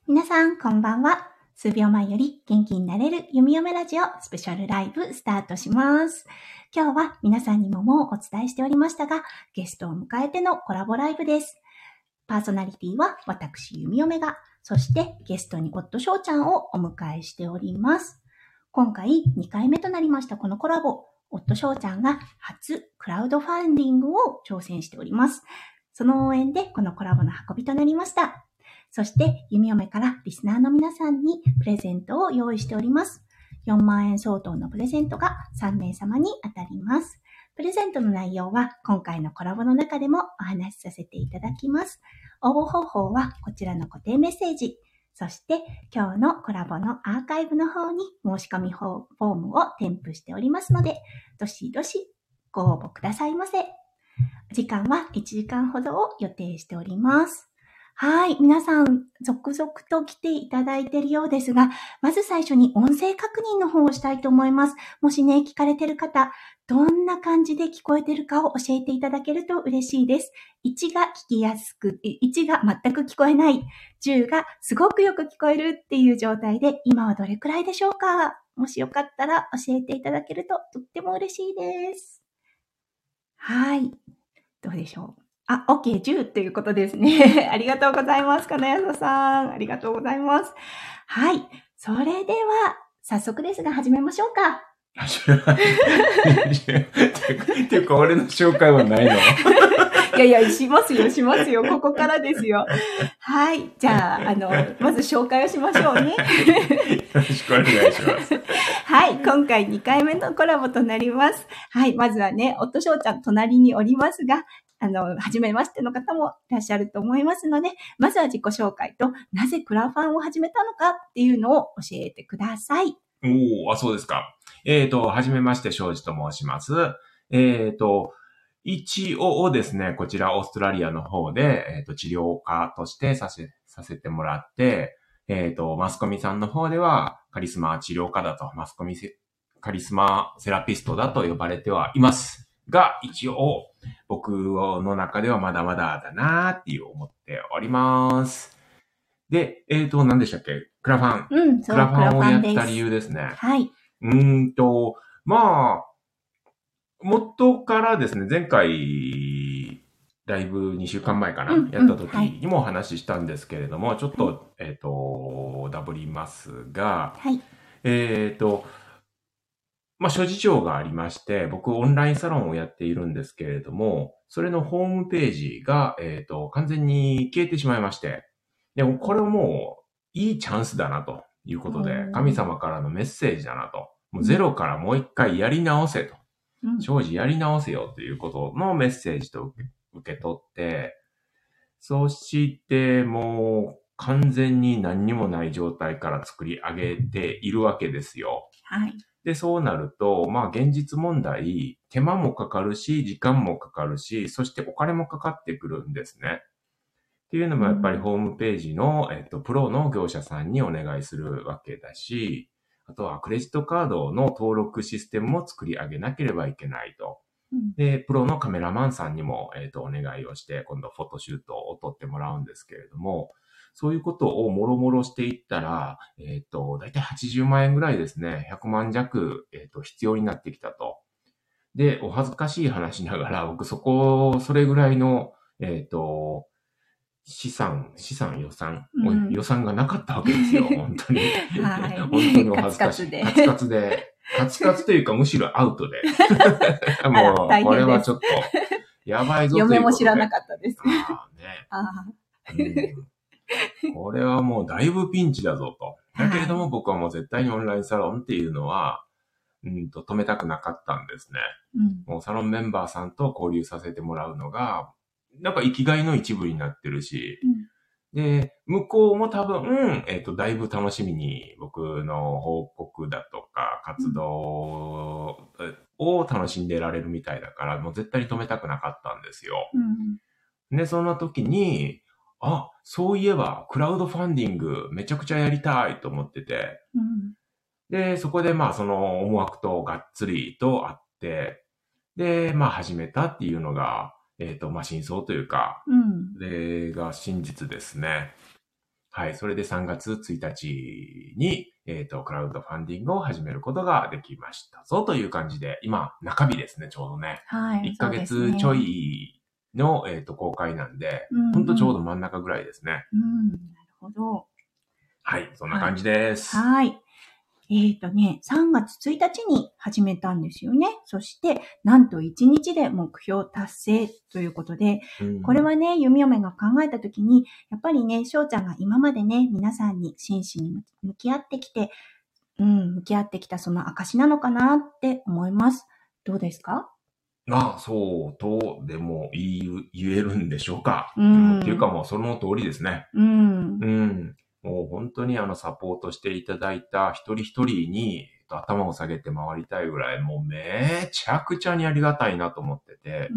皆さん、こんばんは。数秒前より元気になれる弓嫁ラジオスペシャルライブスタートします。今日は皆さんにももうお伝えしておりましたが、ゲストを迎えてのコラボライブです。パーソナリティは私、弓嫁が、そしてゲストに夫翔ちゃんをお迎えしております。今回2回目となりましたこのコラボ、夫翔ちゃんが初クラウドファンディングを挑戦しております。その応援でこのコラボの運びとなりました。そして、弓嫁からリスナーの皆さんにプレゼントを用意しております。4万円相当のプレゼントが3名様に当たります。プレゼントの内容は今回のコラボの中でもお話しさせていただきます。応募方法はこちらの固定メッセージ、そして今日のコラボのアーカイブの方に申し込みフォームを添付しておりますので、どしどしご応募くださいませ。時間は1時間ほどを予定しております。はい。皆さん、続々と来ていただいているようですが、まず最初に音声確認の方をしたいと思います。もしね、聞かれている方、どんな感じで聞こえているかを教えていただけると嬉しいです。1が聞きやすく、1が全く聞こえない、10がすごくよく聞こえるっていう状態で、今はどれくらいでしょうか？もしよかったら教えていただけるととっても嬉しいです。はい。どうでしょう。OK、10ということですね。ありがとうございます。金谷さん。ありがとうございます。はい。それでは、早速ですが始めましょうか。 っていうか、俺の紹介はないの？ いや、しますよ。ここからですよ。はい。じゃあ、まず紹介をしましょうね。よろしくお願いします。 はい。今回2回目のコラボとなります。はい。まずはね、夫翔ちゃん隣におりますが、初めましての方もいらっしゃると思いますので、まずは自己紹介と、なぜクラファンを始めたのかっていうのを教えてください。 そうですか。はじめまして、庄司と申します。一応ですね、こちらオーストラリアの方で、治療家としてさせてもらって、マスコミさんの方ではカリスマ治療家だと、カリスマセラピストだと呼ばれてはいますが、一応僕の中ではまだまだだなーって思っております。で、何でしたっけ？クラファン。クラファンをやった理由ですね。 はい。 まあ、元からですね、前回、ライブ2週間前かな、やった時にもお話ししたんですけれども、ちょっと、ダブりますが、 はい。 諸事情がありまして、僕オンラインサロンをやっているんですけれども、それのホームページが、完全に消えてしまいまして、でもこれをもういいチャンスだなということで、神様からのメッセージだなと、もうゼロからもう一回やり直せと、庄司やり直せよということのメッセージと受け取って、そしてもう完全に何にもない状態から作り上げているわけですよ。 はい。 で、そうなると、現実問題、手間もかかるし、時間もかかるし、そしてお金もかかってくるんですね。っていうのもやっぱりホームページの、プロの業者さんにお願いするわけだし、あとはクレジットカードの登録システムも作り上げなければいけないと。で、プロのカメラマンさんにも、お願いをして、今度フォトシュートを撮ってもらうんですけれども、そういうことをもろもろしていったら、だいたい80万円ぐらいですね、100万弱、必要になってきたと。で、お恥ずかしい話ながら、僕それぐらいの、予算、予算がなかったわけですよ、本当に。 はい。 本当にお恥ずかしい。カツカツで。カツカツというか、むしろアウトで。もう、これはちょっと、やばいぞということで。 嫁も知らなかったです。 これはもうだいぶピンチだぞと。だけれども僕はもう絶対にオンラインサロンっていうのは、止めたくなかったんですね。もうサロンメンバーさんと交流させてもらうのが、なんか生きがいの一部になってるし、で、向こうも多分、だいぶ楽しみに僕の報告だとか活動を楽しんでられるみたいだから、もう絶対に止めたくなかったんですよ。で、その時に、そういえばクラウドファンディングめちゃくちゃやりたいと思ってて、で、そこでその思惑とがっつりとあって、で、始めたっていうのが、真相というか、が真実ですね。 はい。それで3月1日に、クラウドファンディングを始めることができましたぞという感じで、今、中日ですね、ちょうどね。 はい。 1ヶ月ちょいの、公開なんで、ほんとちょうど真ん中ぐらいですね。 なるほど。 はい。そんな感じです。 はい。3月1日に始めたんですよね。そして、なんと1日で目標達成ということで、これはね、弓嫁が考えたときに、やっぱりね、翔ちゃんが今までね、皆さんに真摯に向き合ってきて、向き合ってきたその証なのかなって思います。どうですか？ そうとでも言えるんでしょうか。っていうかもうその通りですね。もう本当にサポートしていただいた一人一人に頭を下げて回りたいぐらい、もうめちゃくちゃにありがたいなと思ってて、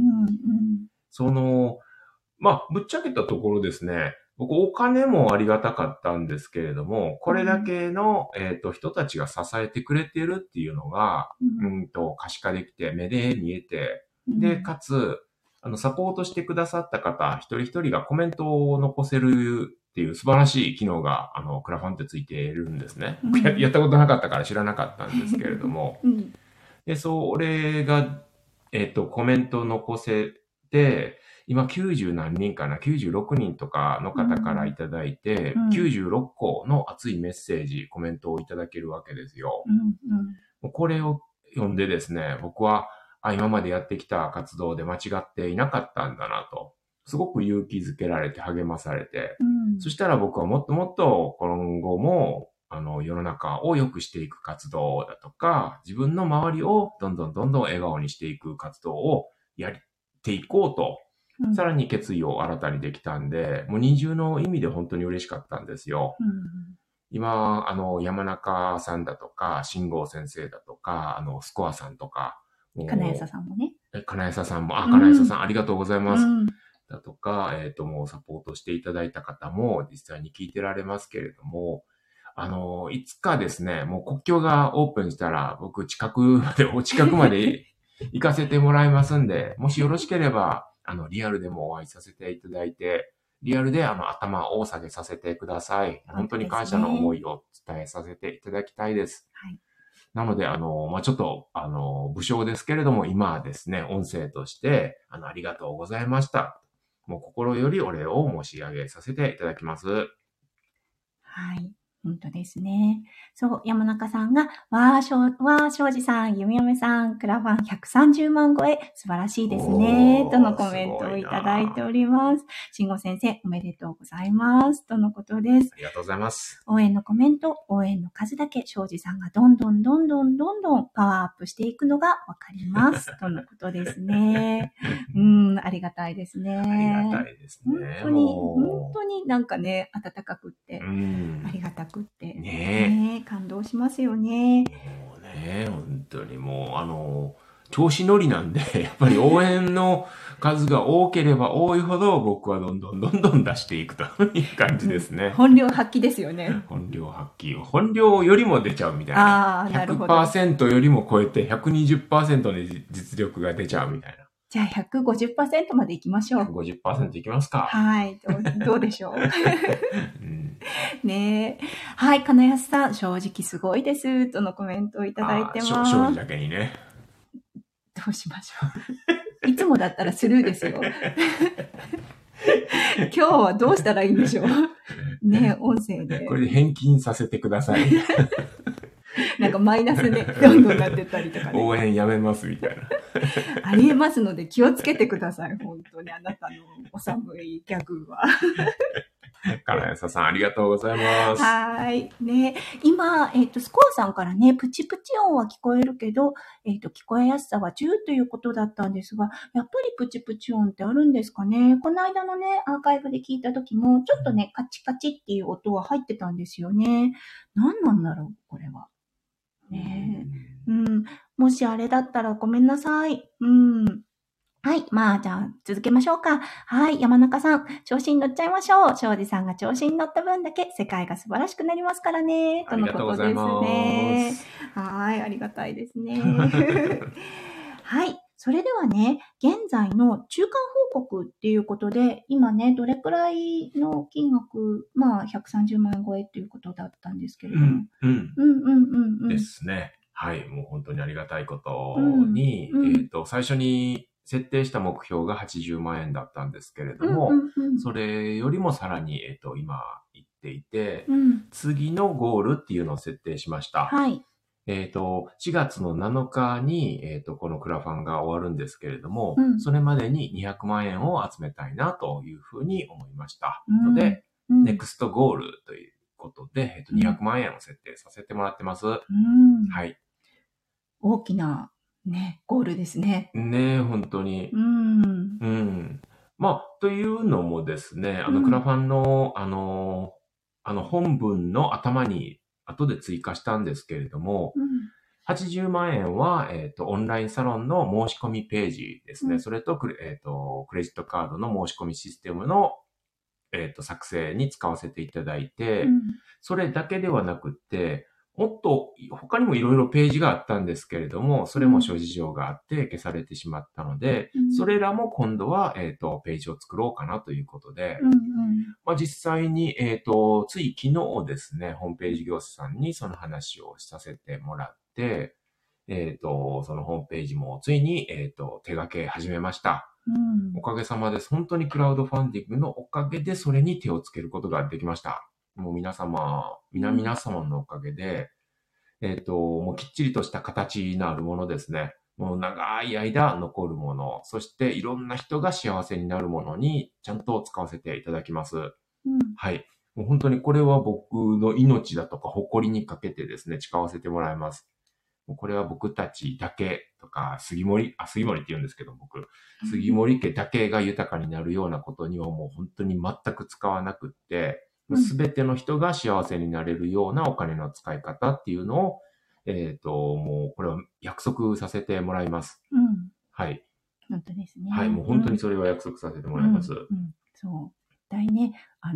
ぶっちゃけたところですね、僕お金もありがたかったんですけれども、これだけの、人たちが支えてくれているっていうのが、可視化できて、目で見えて、で、かつ、サポートしてくださった方、一人一人がコメントを残せるっていう素晴らしい機能が、クラファンってついているんですね。やったことなかったから知らなかったんですけれども。で、それが、コメントを残せて、今90何人かな、96人とかの方からいただいて、96個の熱いメッセージ、コメントをいただけるわけですよ。これを読んでですね、僕は、今までやってきた活動で間違っていなかったんだなと。すごく勇気づけられて励まされて、そしたら僕はもっともっと今後も、世の中を良くしていく活動だとか、自分の周りをどんどん笑顔にしていく活動をやっていこうと、さらに決意を新たにできたんで、もう二重の意味で本当に嬉しかったんですよ。今、山中さんだとか、新郷先生だとか、スコアさんとか、 金谷さんもね。 金谷さんも、金谷さんありがとうございます。だとか、もうサポートしていただいた方も実際に聞いてられますけれども、いつかですね、もう国境がオープンしたら、僕お近くまで行かせてもらいますんで、もしよろしければ、リアルでもお会いさせていただいて、リアルで頭を下げさせてください。本当に感謝の思いを伝えさせていただきたいです。なので、ちょっと、不詳ですけれども、今はですね、音声として、ありがとうございました。もう心よりお礼を申し上げさせていただきます。 はい。本当ですね。そう、山中さんが、庄司さん、弓嫁さん、クラファン130万超え、素晴らしいですね。とのコメントをいただいております。慎吾先生、おめでとうございます。とのことです。 ありがとうございます。 応援のコメント、応援の数だけ、庄司さんがどんどんパワーアップしていくのがわかります。とのことですね。ありがたいですね。 ありがたいですね。 本当になんかね、温かくって、ありがたくって、ね、感動しますよね。 もうね、本当にもう、調子乗りなんで、やっぱり応援の数が多ければ多いほど、僕はどんどん出していくという感じですね。 本領発揮ですよね。 本領発揮。本領よりも出ちゃうみたいな。 なるほど。 100% よりも超えて 120% の実力が出ちゃうみたいな。 じゃあ 150% まで行きましょう。 150% いきますか。 はい。どうでしょう。ねえ。はい。金安さん、正直すごいです。とのコメントをいただいてます。 正直だけにね。 どうしましょう。いつもだったらスルーですよ。今日はどうしたらいいんでしょう。ね、音声で。 これで返金させてください。 なんかマイナスね、どんどんなってったりとかね。 応援やめますみたいな。 ありえますので気をつけてください。本当にあなたのお寒いギャグは。 金谷さんありがとうございます。 はい。ね、今、スコアさんからね、プチプチ音は聞こえるけど、聞こえやすさは10ということだったんですが、やっぱりプチプチ音ってあるんですかね。この間のね、アーカイブで聞いた時も、ちょっとね、カチカチっていう音は入ってたんですよね。何なんだろう、これは。ね、もしあれだったらごめんなさい。はい。じゃあ、続けましょうか。はい。山中さん、調子に乗っちゃいましょう。庄司さんが調子に乗った分だけ世界が素晴らしくなりますからね。とのことですね。はい。ありがたいですね。はい。 それではね、現在の中間報告っていうことで、今ね、どれくらいの金額、まあ、130万円超えっていうことだったんですけれども。 ですね。はい。もう本当にありがたいことに、最初に設定した目標が80万円だったんですけれども、それよりもさらに、今言っていて、次のゴールっていうのを設定しました。 はい。 4月の7日に、このクラファンが終わるんですけれども、それまでに200万円を集めたいなというふうに思いました。ので、ネクストゴールということで、200万円を設定させてもらってます。はい。 大きな、ね、ゴールですね。 ね、本当に。まあ、というのもですね、クラファンの、本文の頭に、後で追加したんですけれども、80万円は、オンラインサロンの申し込みページですね。それとクレジットカードの申し込みシステムの、作成に使わせていただいて、それだけではなくって、もっと他にもいろいろページがあったんですけれども、それも諸事情があって消されてしまったので、それらも今度は、ページを作ろうかなということで、まあ、実際に、つい昨日ですね、ホームページ業者さんにその話をさせてもらって、そのホームページもついに、手掛け始めました。おかげさまです。本当にクラウドファンディングのおかげでそれに手をつけることができました。もう皆様のおかげで、もうきっちりとした形のあるものですね。もう長い間残るもの、そしていろんな人が幸せになるものにちゃんと使わせていただきます。はい。もう本当にこれは僕の命だとか誇りにかけてですね、誓わせてもらいます。これは僕たちだけとか、杉森って言うんですけど、僕、杉森家だけが豊かになるようなことにはもう本当に全く使わなくって、すべての人が幸せになれるようなお金の使い方っていうのを、もうこれは約束させてもらいます。はい。 本当ですね。 はい、もう本当にそれは約束させてもらいます。 そう。大ね、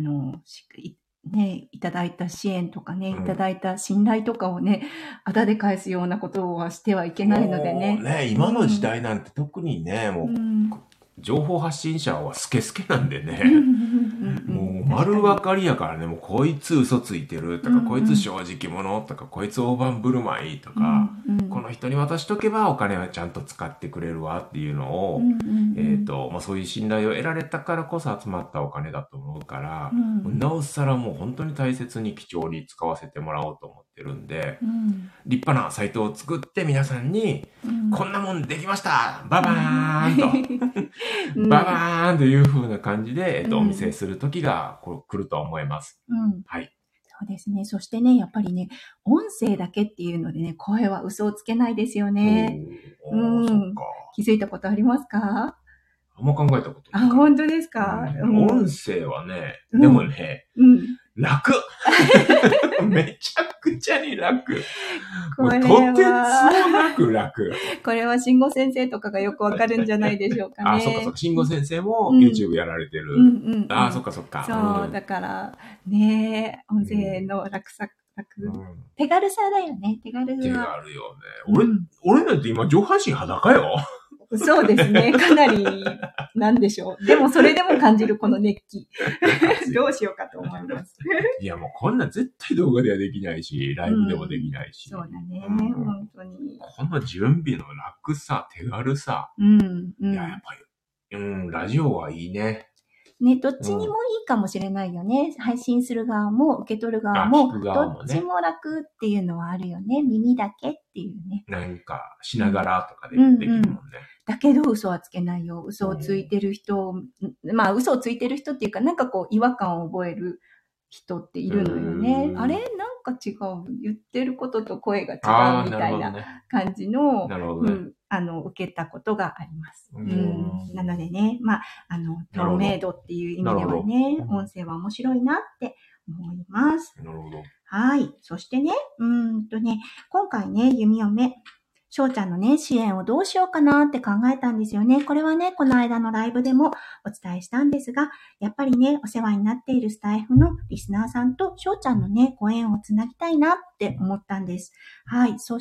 ね、いただいた支援とかね、いただいた信頼とかをね、あだで返すようなことはしてはいけないのでね。 今の時代なんて特にね、もう、情報発信者はスケスケなんでね、もう丸分かりやからね、もうこいつ嘘ついてるとか、こいつ正直者とか、こいつ大盤振る舞いとか、この人に渡しとけばお金はちゃんと使ってくれるわっていうのを、まあ、そういう信頼を得られたからこそ集まったお金だと思うから、なおさらもう本当に大切に貴重に使わせてもらおうと思ってるんで、立派なサイトを作って皆さんに、こんなもんできましたババーンと、ババーンという風な感じで、お見せする時が来ると思います。はい。 そうですね。そしてね、やっぱりね、音声だけっていうのでね、声は嘘をつけないですよね。 そっか。 気づいたことありますか？ あんま考えたことない。 本当ですか？ 音声はね、でもね、楽めちゃくちゃに楽。とてつもなく楽。 これは慎吾先生とかがよくわかるんじゃないでしょうかね。 そっかそっか。慎吾先生も YouTube やられてる。そっかそっか。 そう、だからね、音声の手軽さだよね。手軽よね。 俺なんて今上半身裸よ。 そうですね。かなり、なんでしょう。でもそれでも感じるこの熱気。どうしようかと思います。 いやもうこんなん絶対動画ではできないし、ライブでもできないし。 そうだね。本当に。 この準備の楽さ、手軽さ。いや、やっぱり、ラジオはいいね。 ね、どっちにもいいかもしれないよね。配信する側も受け取る側も、どっちも楽っていうのはあるよね。耳だけっていうね。 なんか、しながらとかでできるもんね。 だけど嘘はつけないよ。嘘をついてる人、まあ嘘をついてる人っていうか、なんかこう違和感を覚える人っているのよね。あれなんか違う。言ってることと声が違うみたいな感じの、受けたことがあります。なのでね、まあ、透明度っていう意味ではね、音声は面白いなって思います。 なるほど。 はい。そしてね、今回ね、弓嫁、翔ちゃんのね、支援をどうしようかなって考えたんですよね。これはね、この間のライブでもお伝えしたんですが、やっぱりね、お世話になっているスタイフのリスナーさんと翔ちゃんのね、ご縁をつなぎたいなって思ったんです。はい。そ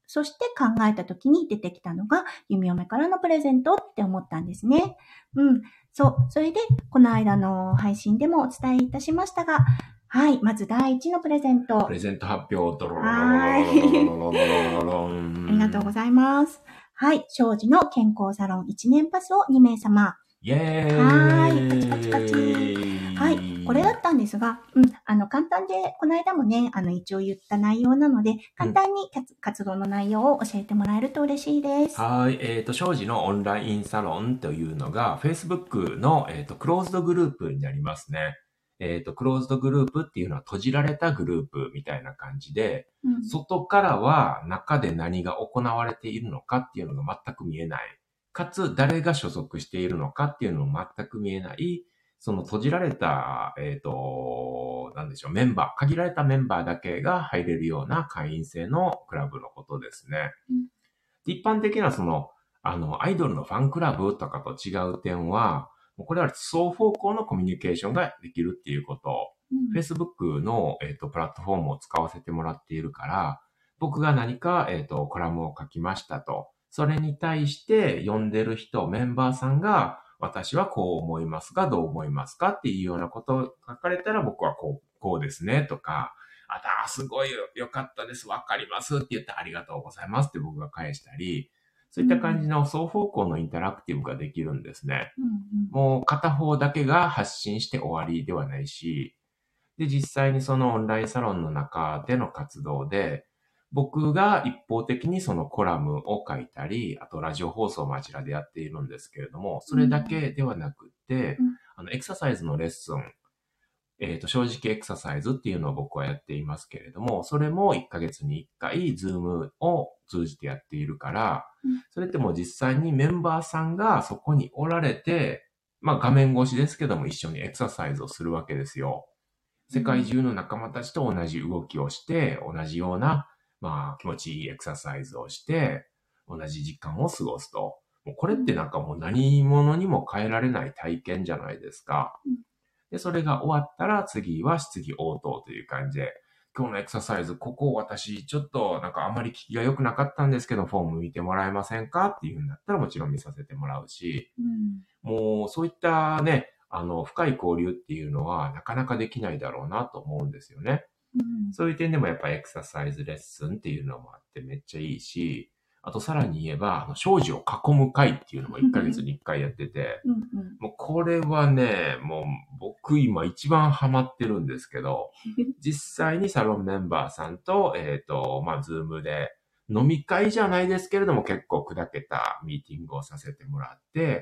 そして考えた時に出てきたのが、弓嫁からのプレゼントって思ったんですね。そう。それで、この間の配信でもお伝えいたしましたが、はい。まず第一のプレゼント。 プレゼント発表。 はい。ありがとうございます。はい。庄司の健康サロン1年パスを2名様。 イェーイ。 はい。パチパチパチ。はい。これだったんですが、簡単で、この間もね、一応言った内容なので、簡単に活動の内容を教えてもらえると嬉しいです。 はい。庄司のオンラインサロンというのが、Facebook の、クローズドグループになりますね。クローズドグループっていうのは閉じられたグループみたいな感じで、外からは中で何が行われているのかっていうのが全く見えない。かつ、誰が所属しているのかっていうのも全く見えない、その閉じられた、なんでしょう、限られたメンバーだけが入れるような会員制のクラブのことですね。一般的なアイドルのファンクラブとかと違う点は、これは双方向のコミュニケーションができるっていうこと。Facebook の、プラットフォームを使わせてもらっているから、僕が何か、コラムを書きましたと。それに対して読んでる人、メンバーさんが、私はこう思いますが、どう思いますかっていうようなことを書かれたら、僕はこうですね、とか、すごいよかったです、わかりますって言ってありがとうございますって僕が返したり、そういった感じの双方向のインタラクティブができるんですね。もう片方だけが発信して終わりではないし、で、実際にそのオンラインサロンの中での活動で、僕が一方的にそのコラムを書いたり、あとラジオ放送もあちらでやっているんですけれども、それだけではなくて、エクササイズのレッスン、正直エクササイズっていうのを僕はやっていますけれども、それも1ヶ月に1回、ズームを通じてやっているから、それってもう実際にメンバーさんがそこにおられて、画面越しですけども一緒にエクササイズをするわけですよ。世界中の仲間たちと同じ動きをして、同じような、気持ちいいエクササイズをして、同じ時間を過ごすと。もうこれってなんかもう何者にも変えられない体験じゃないですか。で、それが終わったら次は質疑応答という感じで、今日のエクササイズ、ここ私ちょっとなんかあまり効きが良くなかったんですけど、フォーム見てもらえませんかっていうんだったらもちろん見させてもらうし、もうそういったね、深い交流っていうのはなかなかできないだろうなと思うんですよね。そういう点でもやっぱりエクササイズレッスンっていうのもあってめっちゃいいし、あとさらに言えば、庄司を囲む会っていうのも1ヶ月に1回やってて、もうこれはね、もう僕今一番ハマってるんですけど、実際にサロンメンバーさんと、ズームで飲み会じゃないですけれども結構砕けたミーティングをさせてもらって、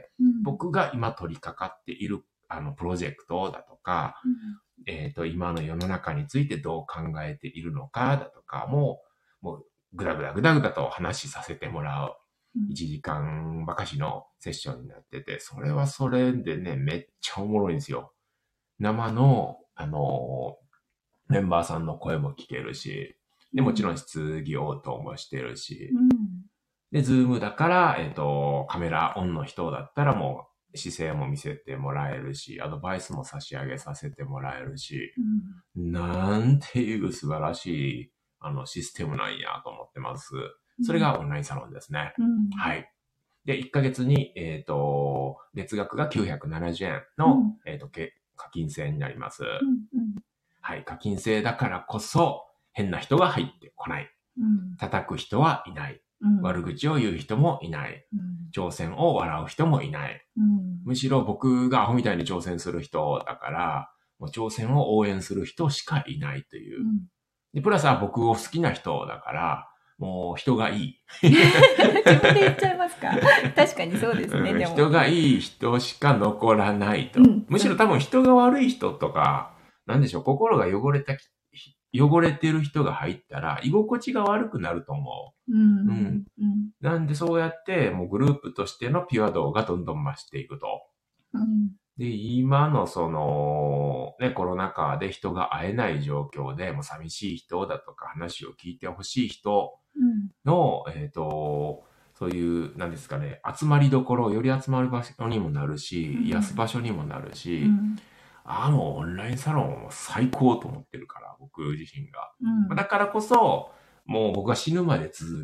僕が今取り掛かっているプロジェクトだとか、今の世の中についてどう考えているのかだとかもうぐだぐだと話しさせてもらう。1時間ばかしのセッションになってて、それはそれでね、めっちゃおもろいんですよ。生の、メンバーさんの声も聞けるし、で、もちろん質疑応答もしてるし、で、ズームだから、カメラオンの人だったらもう姿勢も見せてもらえるし、アドバイスも差し上げさせてもらえるし、なんていう素晴らしい、システムなんやと思ってます。それがオンラインサロンですね。はい。で、1ヶ月に、月額が970円の、課金制になります。はい。課金制だからこそ、変な人が入ってこない。叩く人はいない。悪口を言う人もいない。挑戦を笑う人もいない。むしろ僕がアホみたいに挑戦する人だから、もう挑戦を応援する人しかいないという。で、プラスは僕を好きな人だから、もう人がいい。 自分で言っちゃいますか？確かにそうですね。でも人がいい人しか残らないと。むしろ多分人が悪い人とか、なんでしょう、心が汚れてる人が入ったら、居心地が悪くなると思う。なんでそうやって、もうグループとしてのピュア度がどんどん増していくと。で、今のコロナ禍で人が会えない状況で、もう寂しい人だとか話を聞いてほしい人の、そういう、なんですかね、集まりどころ、より集まる場所にもなるし、癒す場所にもなるし、オンラインサロンは最高と思ってるから、僕自身が。だからこそ、もう僕が死ぬまで続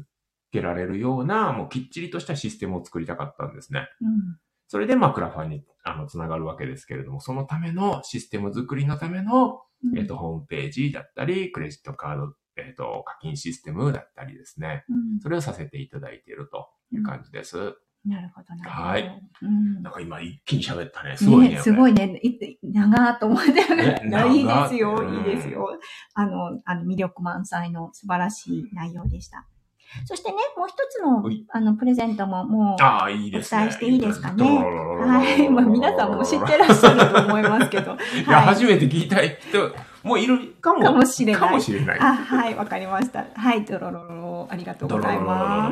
けられるような、もうきっちりとしたシステムを作りたかったんですね。 うん、 それで、クラファンに、つながるわけですけれども、そのためのシステム作りのための、ホームページだったり、クレジットカード、課金システムだったりですね。それをさせていただいているという感じです。 なるほど、なるほど。 はい。なんか今一気に喋ったね。すごいね。 すごいね。長ーと思ってね。いいですよ、いいですよ。魅力満載の素晴らしい内容でした。そしてね、もう一つの、プレゼントももう、お伝えしていいですかね。はい。皆さんも知ってらっしゃると思いますけど。 いや、初めて聞いた人、もういるかもしれない。かもしれない。 はい、わかりました。はい、ドロロロ、ありがとうございます。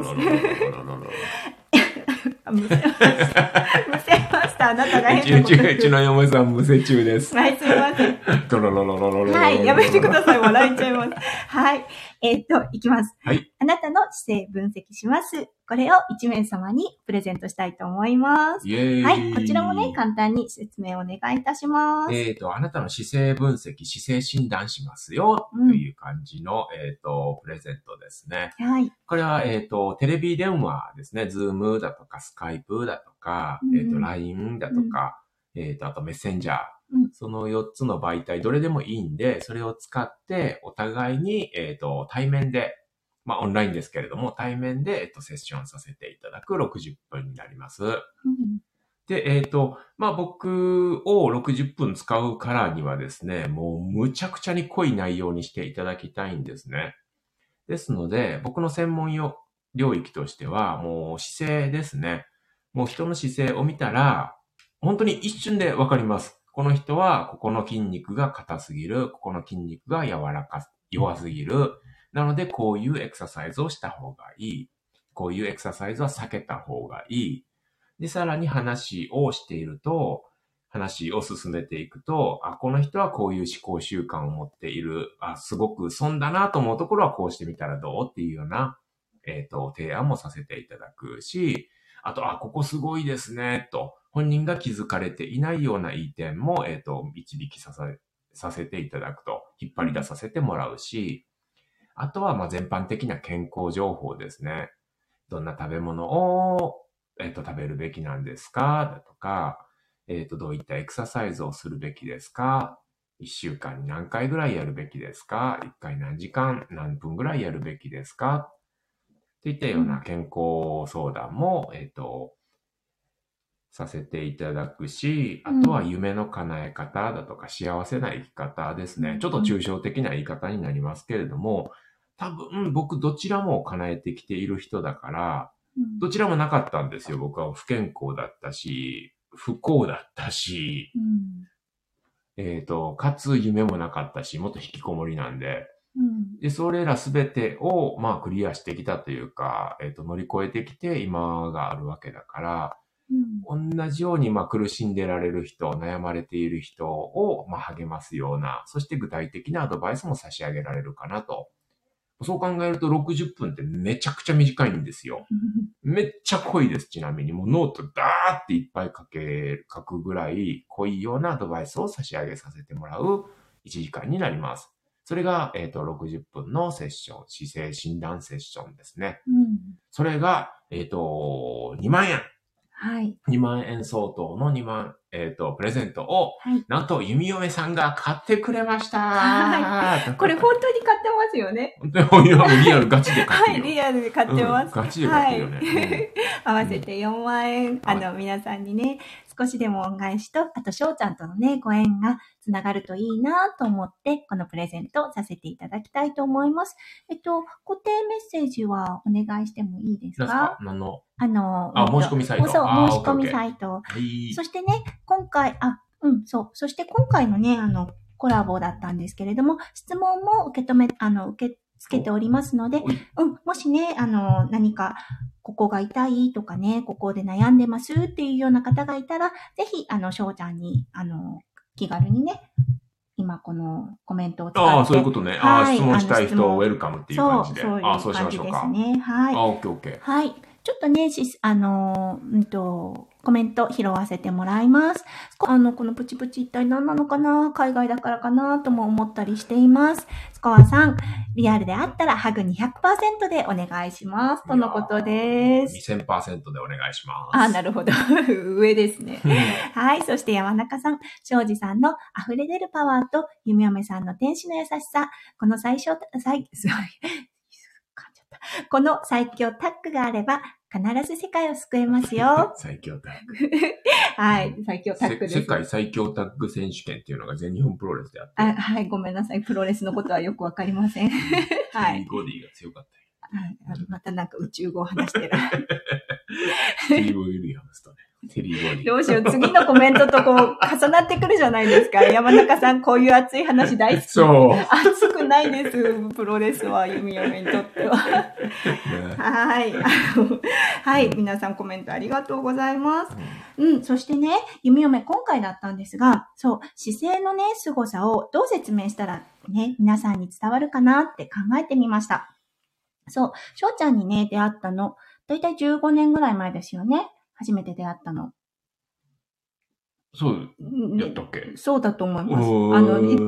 むせました。あなたが変なことうちの嫁さんむせ中です。 はい、すいません。 ドロロロロロロ。 はい、やめてください。笑いちゃいます。はい。いきます。 はい。 あなたの姿勢分析します。これを1名様にプレゼントしたいと思います。 イエーイ。 はい。こちらもね、簡単に説明をお願いいたします。 あなたの姿勢分析、姿勢診断しますよ、という感じの、プレゼントですね。 はい。 これは、テレビ電話ですね。ズームだとか、スカイプだとか、LINE だとか、あとメッセンジャー。その4つの媒体、どれでもいいんで、それを使って、お互いに、対面で、オンラインですけれども、対面で、セッションさせていただく60分になります。で、僕を60分使うからにはですね、もうむちゃくちゃに濃い内容にしていただきたいんですね。ですので、僕の専門領域としては、もう姿勢ですね。もう人の姿勢を見たら、本当に一瞬でわかります。この人は、ここの筋肉が硬すぎる、ここの筋肉が弱すぎる。なので、こういうエクササイズをした方がいい。こういうエクササイズは避けた方がいい。で、さらに話をしていると、話を進めていくと、この人はこういう思考習慣を持っている。すごく損だなと思うところはこうしてみたらどうっていうような、提案もさせていただくし、あと、ここすごいですね、と。本人が気づかれていないようないい点も、導きさせていただくと、引っ張り出させてもらうし、あとは、全般的な健康情報ですね。どんな食べ物を、食べるべきなんですかだとか、どういったエクササイズをするべきですか ?1 週間に何回ぐらいやるべきですか ?1 回何時間、何分ぐらいやるべきですかといったような健康相談も、させていただくし、あとは夢の叶え方だとか幸せな生き方ですね。ちょっと抽象的な言い方になりますけれども、多分僕どちらも叶えてきている人だから、どちらもなかったんですよ。僕は不健康だったし、不幸だったし、かつ夢もなかったし、もっと引きこもりなんで、で、それらすべてを、クリアしてきたというか、乗り越えてきて今があるわけだから、同じように、苦しんでられる人、悩まれている人を、励ますような、そして具体的なアドバイスも差し上げられるかなと。そう考えると60分ってめちゃくちゃ短いんですよ。めっちゃ濃いです。ちなみに。もうノートダーっていっぱい書くぐらい濃いようなアドバイスを差し上げさせてもらう1時間になります。それが、60分のセッション、姿勢診断セッションですね。それが、2万円。 はい。 2万円相当のプレゼントを、なんと、弓嫁さんが買ってくれました。 はい。これ本当に買ってますよね。 本当にリアルガチで買ってるよ。 はい、リアルで買ってます。 ガチで買ってるよね。 合わせて4万円、皆さんにね、少しでも恩返しと、あと、翔ちゃんとのね、ご縁がつながるといいなと思って、このプレゼントをさせていただきたいと思います。固定メッセージはお願いしてもいいですか？ 何の？ 申し込みサイト。 そう、申し込みサイト。そしてね、今回、そして今回のね、コラボだったんですけれども、質問も受け付けておりますので、もしね、何か、ここが痛いとかね、ここで悩んでますっていうような方がいたら、ぜひ、翔ちゃんに、気軽にね、今このコメントを使って。 そういうことね。質問したい人をウェルカムっていう感じで。 そういう感じですね。はい。 オッケーオッケー。 はい。ちょっとね、 コメント拾わせてもらいます。このプチプチ一体何なのかな、海外だからかなとも思ったりしています。スコアさん、リアルであったらハグ 200% でお願いします。とのことです。 2000% でお願いします。 なるほど。上ですね。はい。そして山中さん、庄司さんの溢れ出るパワーと、弓嫁さんの天使の優しさ、この最強タッグがあれば、必ず世界を救えますよ。 最強タッグ。 はい。最強タッグです。 世界最強タッグ選手権っていうのが全日本プロレスであって。 はい。ごめんなさい。プロレスのことはよくわかりません。 はい。ボディが強かった。 またなんか宇宙語を話してる。 テリーボディ話すとね。テリーボディ。 どうしよう。次のコメントと重なってくるじゃないですか。山中さん、こういう熱い話大好き。 そう。 熱くないです。プロレスは、弓嫁にとっては。はい。はい。皆さんコメントありがとうございます。そしてね、弓嫁今回だったんですが、姿勢のね、凄さをどう説明したらね、皆さんに伝わるかなって考えてみました。翔ちゃんにね、出会ったの、だいたい15年ぐらい前ですよね。初めて出会ったの。 そうやったっけ？ そうだと思います。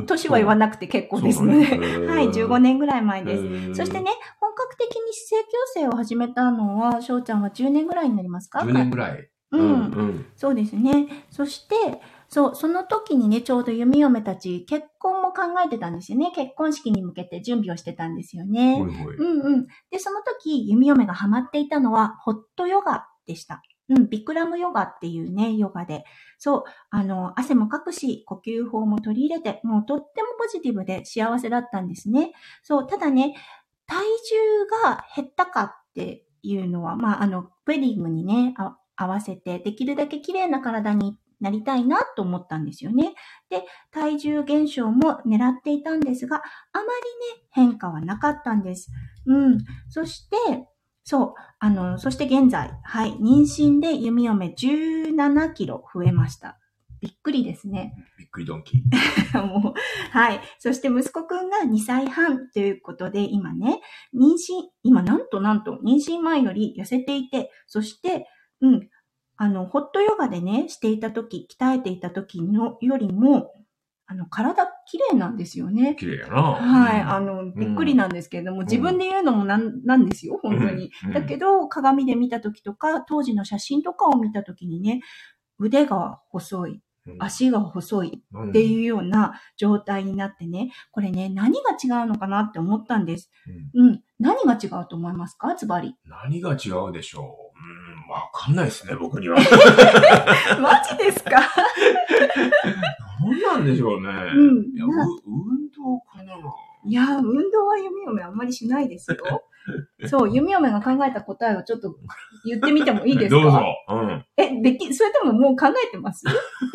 年は言わなくて結構ですので。はい、15年ぐらい前です。そしてね、本格的に姿勢矯正を始めたのは、翔ちゃんは10年ぐらいになりますか？ 10 年ぐらい。 そうですね。そして、その時にね、ちょうど弓嫁たち結婚も考えてたんですよね。結婚式に向けて準備をしてたんですよね。で、その時、弓嫁がハマっていたのは、ホットヨガでした。ビクラムヨガっていうね、ヨガで。汗もかくし、呼吸法も取り入れて、もうとってもポジティブで幸せだったんですね。ただね、体重が減ったかっていうのは、ウェディングにね、合わせて、できるだけ綺麗な体になりたいなと思ったんですよね。で、体重減少も狙っていたんですが、あまりね、変化はなかったんです。そして、そして現在、はい、妊娠で弓嫁17キロ増えました。びっくりですね。 びっくりドンキー。もう、はい。そして息子くんが2歳半ということで、今ね、なんと、妊娠前より痩せていて、そして、ホットヨガでね、鍛えていた時のよりも、体綺麗なんですよね。 綺麗やな。 はい。びっくりなんですけれども、自分で言うのもなんですよ、本当に。だけど、鏡で見た時とか、当時の写真とかを見た時にね、腕が細い、足が細いっていうような状態になってね、これね、何が違うのかなって思ったんです。何が違うと思いますか？ズバリ。 何が違うでしょう？わかんないですね、僕には。 マジですか？ 何なんでしょうね。いや、運動かな。 いや、運動は弓嫁あんまりしないですよ。弓嫁が考えた答えをちょっと言ってみてもいいですか？ どうぞ。 それとももう考えてます？考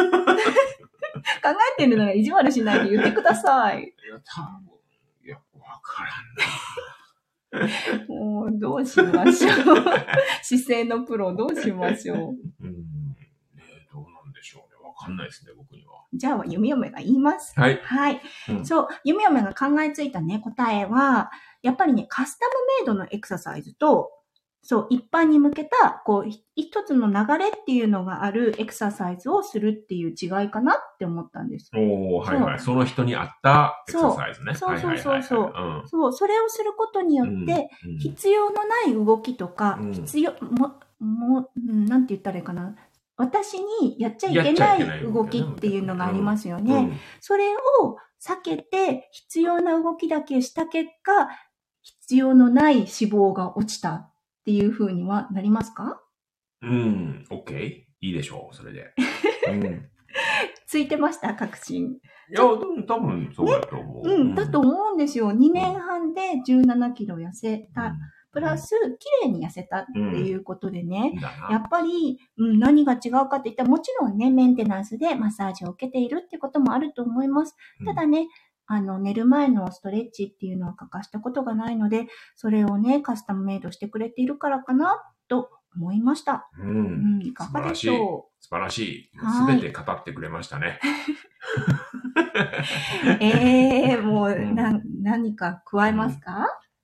えてるなら意地悪しないで言ってください。 わからんな。 もう、どうしましょう。姿勢のプロ、どうしましょう。 どうなんでしょうね。わかんないですね、僕には。 じゃあ、弓嫁が言います。 はい。 はい。弓嫁が考えついたね、答えは、やっぱりね、カスタムメイドのエクササイズと、一般に向けた、一つの流れっていうのがあるエクササイズをするっていう違いかなって思ったんです。 はいはい。その人に合ったエクササイズね。 それをすることによって、必要のない動きとか、なんて言ったらいいかな。私にやっちゃいけない動きっていうのがありますよね。それを避けて、必要な動きだけした結果、必要のない脂肪が落ちたっていう風にはなりますか ？OK。いいでしょう、それで。 ついてました、確信。 いや、多分そうだと思う。 だと思うんですよ。2年半で17キロ痩せた。プラス、綺麗に痩せたっていうことでね。やっぱり、何が違うかって言ったら、もちろんね、メンテナンスでマッサージを受けているってこともあると思います。ただね、寝る前のストレッチっていうのは欠かしたことがないので、それをね、カスタムメイドしてくれているからかな、と思いました。いかがでしょう？ 素晴らしい。すべて語ってくれましたね。 もう、何か加えますか？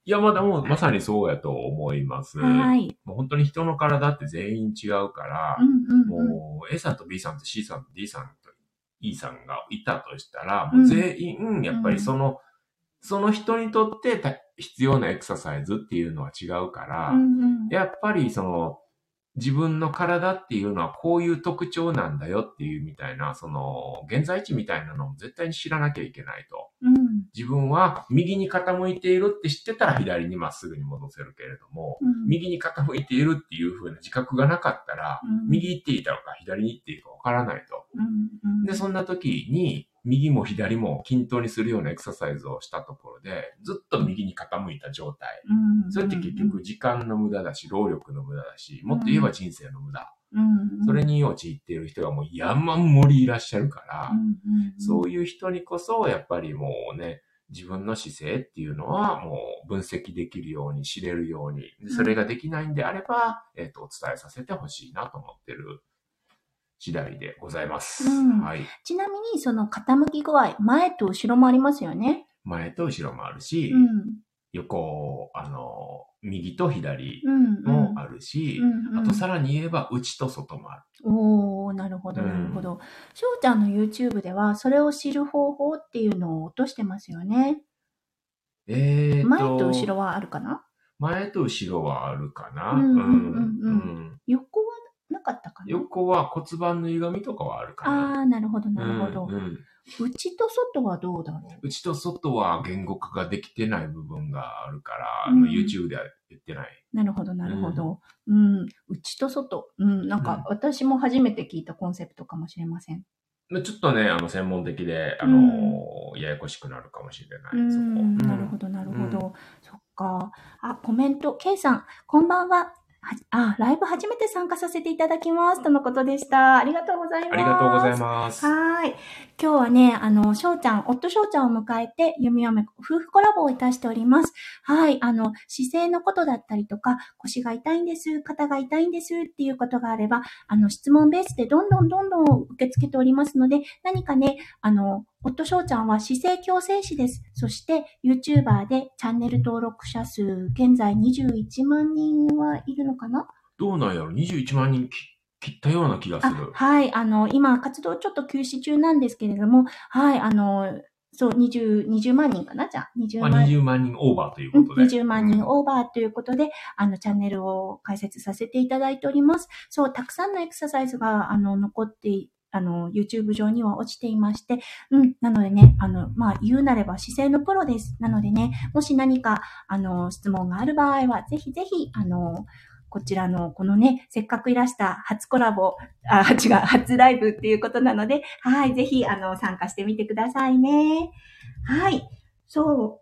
いや、まだもうまさにそうやと思います。 はい。 もう本当に人の体って全員違うから、もう A さんと B さんと C さんと D さんと E さんがいたとしたら、もう全員、やっぱりその人にとって必要なエクササイズっていうのは違うから、やっぱり自分の体っていうのはこういう特徴なんだよっていうみたいな、現在地みたいなのも絶対に知らなきゃいけないと。自分は右に傾いているって知ってたら左にまっすぐに戻せるけれども、右に傾いているっていう風な自覚がなかったら、右行っていたのか左に行っていいかわからないと。で、そんな時に、右も左も均等にするようなエクササイズをしたところで、ずっと右に傾いた状態。それって結局時間の無駄だし、労力の無駄だし、もっと言えば人生の無駄。それに陥っている人がもう山盛りいらっしゃるから、そういう人にこそ、やっぱりもうね、自分の姿勢っていうのはもう分析できるように、知れるように、それができないんであれば、お伝えさせてほしいなと思ってる次第でございます。はい。 ちなみに、その傾き具合、前と後ろもありますよね。 前と後ろもあるし、横、右と左もあるし、あとさらに言えば内と外もある。 おー、なるほど、なるほど。しょうちゃんの YouTube では、それを知る方法っていうのを落としてますよね。前と後ろはあるかな？ 前と後ろはあるかな。 横はなかったかな？ 横は骨盤の歪みとかはあるかな。 なるほど、なるほど。内と外はどうだろう？ 内と外は言語化ができてない部分があるから、YouTube では言ってない。 なるほど、なるほど。内と外。なんか私も初めて聞いたコンセプトかもしれません。 ちょっとね、専門的で、ややこしくなるかもしれない。 なるほど、なるほど。そっか。コメント。K さん、こんばんは。ライブ初めて参加させていただきます。とのことでした。ありがとうございます。 ありがとうございます。 はい。今日はね、夫翔ちゃんを迎えて、弓嫁夫婦コラボをいたしております。はい。姿勢のことだったりとか、腰が痛いんです、肩が痛いんですっていうことがあれば、質問ベースでどんどん受け付けておりますので、何かね、夫翔ちゃんは姿勢矯正士です。そして YouTuber でチャンネル登録者数現在21万人はいるのかな？ どうなんやろ ?21 万人切ったような気がする。 はい。今活動ちょっと休止中なんですけれども、はい。そう、20万人かな？じゃあ、 20万人オーバーということで。 20万人オーバーということで、チャンネルを開設させていただいております。そう、たくさんのエクササイズが、残ってYouTube 上には落ちていまして、なのでね、言うなれば姿勢のプロです。なのでね、もし何か、質問がある場合は、ぜひぜひ、こちらの、このね、せっかくいらした初コラボ、初ライブっていうことなので、はい、ぜひ、参加してみてくださいね。はい。そう、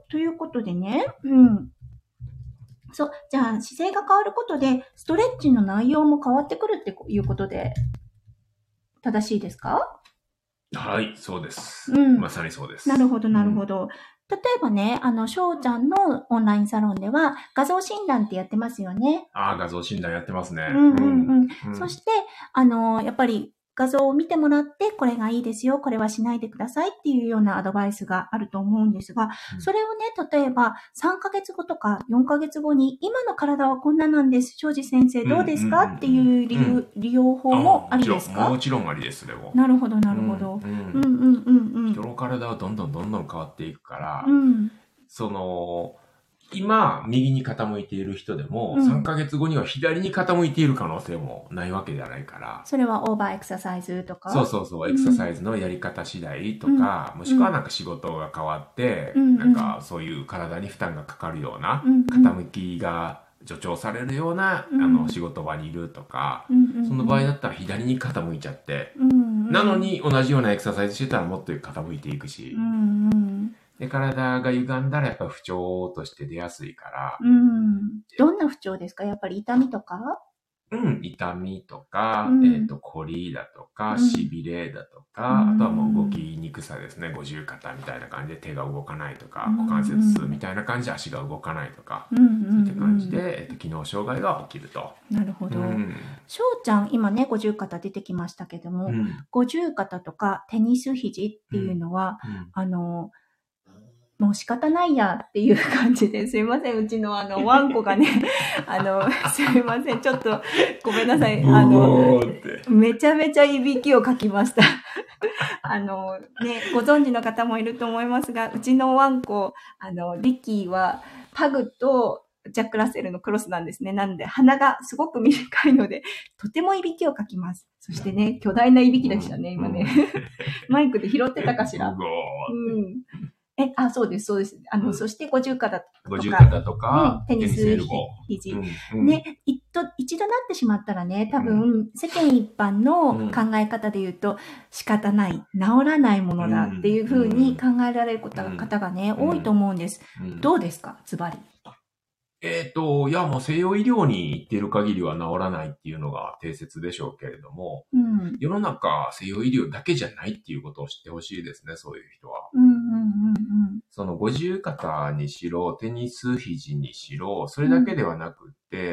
ということでね、じゃあ、姿勢が変わることで、ストレッチの内容も変わってくるっていうことで、正しいですか？ はい、そうです。まさにそうです。 なるほど、なるほど。例えばね、しょうちゃんのオンラインサロンでは、画像診断ってやってますよね。 画像診断やってますね。 そして、やっぱり、画像を見てもらって、これがいいですよ、これはしないでくださいっていうようなアドバイスがあると思うんですが、それをね、例えば3ヶ月後とか4ヶ月後に、今の体はこんななんです、庄司先生どうですかっていう利用法もありですか？ もちろんありです、でも。 なるほど、なるほど。 人の体はどんどん変わっていくから、今、右に傾いている人でも、3ヶ月後には左に傾いている可能性もないわけじゃないから。 それはオーバーエクササイズとか？ そう、エクササイズのやり方次第とか、もしくはなんか仕事が変わって、なんかそういう体に負担がかかるような、傾きが助長されるような、仕事場にいるとか、その場合だったら左に傾いちゃって、なのに同じようなエクササイズしてたらもっと傾いていくし、で、体が歪んだらやっぱ不調として出やすいから。 どんな不調ですか？やっぱり痛みとか？ 痛みとか、凝りだとか、痺れだとか、あとはもう動きにくさですね。五十肩みたいな感じで手が動かないとか、股関節痛みたいな感じで足が動かないとか、そういった感じで、機能障害が起きると。 なるほど。しょうちゃん、今ね、五十肩出てきましたけども、五十肩とかテニス肘っていうのは、 もう仕方ないやっていう感じで、すいません、うちのワンコがね、すいません、ちょっとごめんなさい、めちゃめちゃいびきをかきました。ご存知の方もいると思いますが、うちのワンコ、リキはパグとジャック・ラッセルのクロスなんですね。なので、鼻がすごく短いので、とてもいびきをかきます。そしてね、巨大ないびきでしたね、今ね。マイクで拾ってたかしら。そうです、そうです。そして五十肩とか、 テニス肘。ね、一度なってしまったらね、多分、世間一般の考え方で言うと、仕方ない、治らないものだっていうふうに考えられる方がね、多いと思うんです。どうですか、ズバリ。 いや、もう西洋医療に行っている限りは治らないっていうのが定説でしょうけれども、世の中西洋医療だけじゃないっていうことを知ってほしいですね、そういう人は。その五十肩にしろ、テニス肘にしろ、それだけではなくって、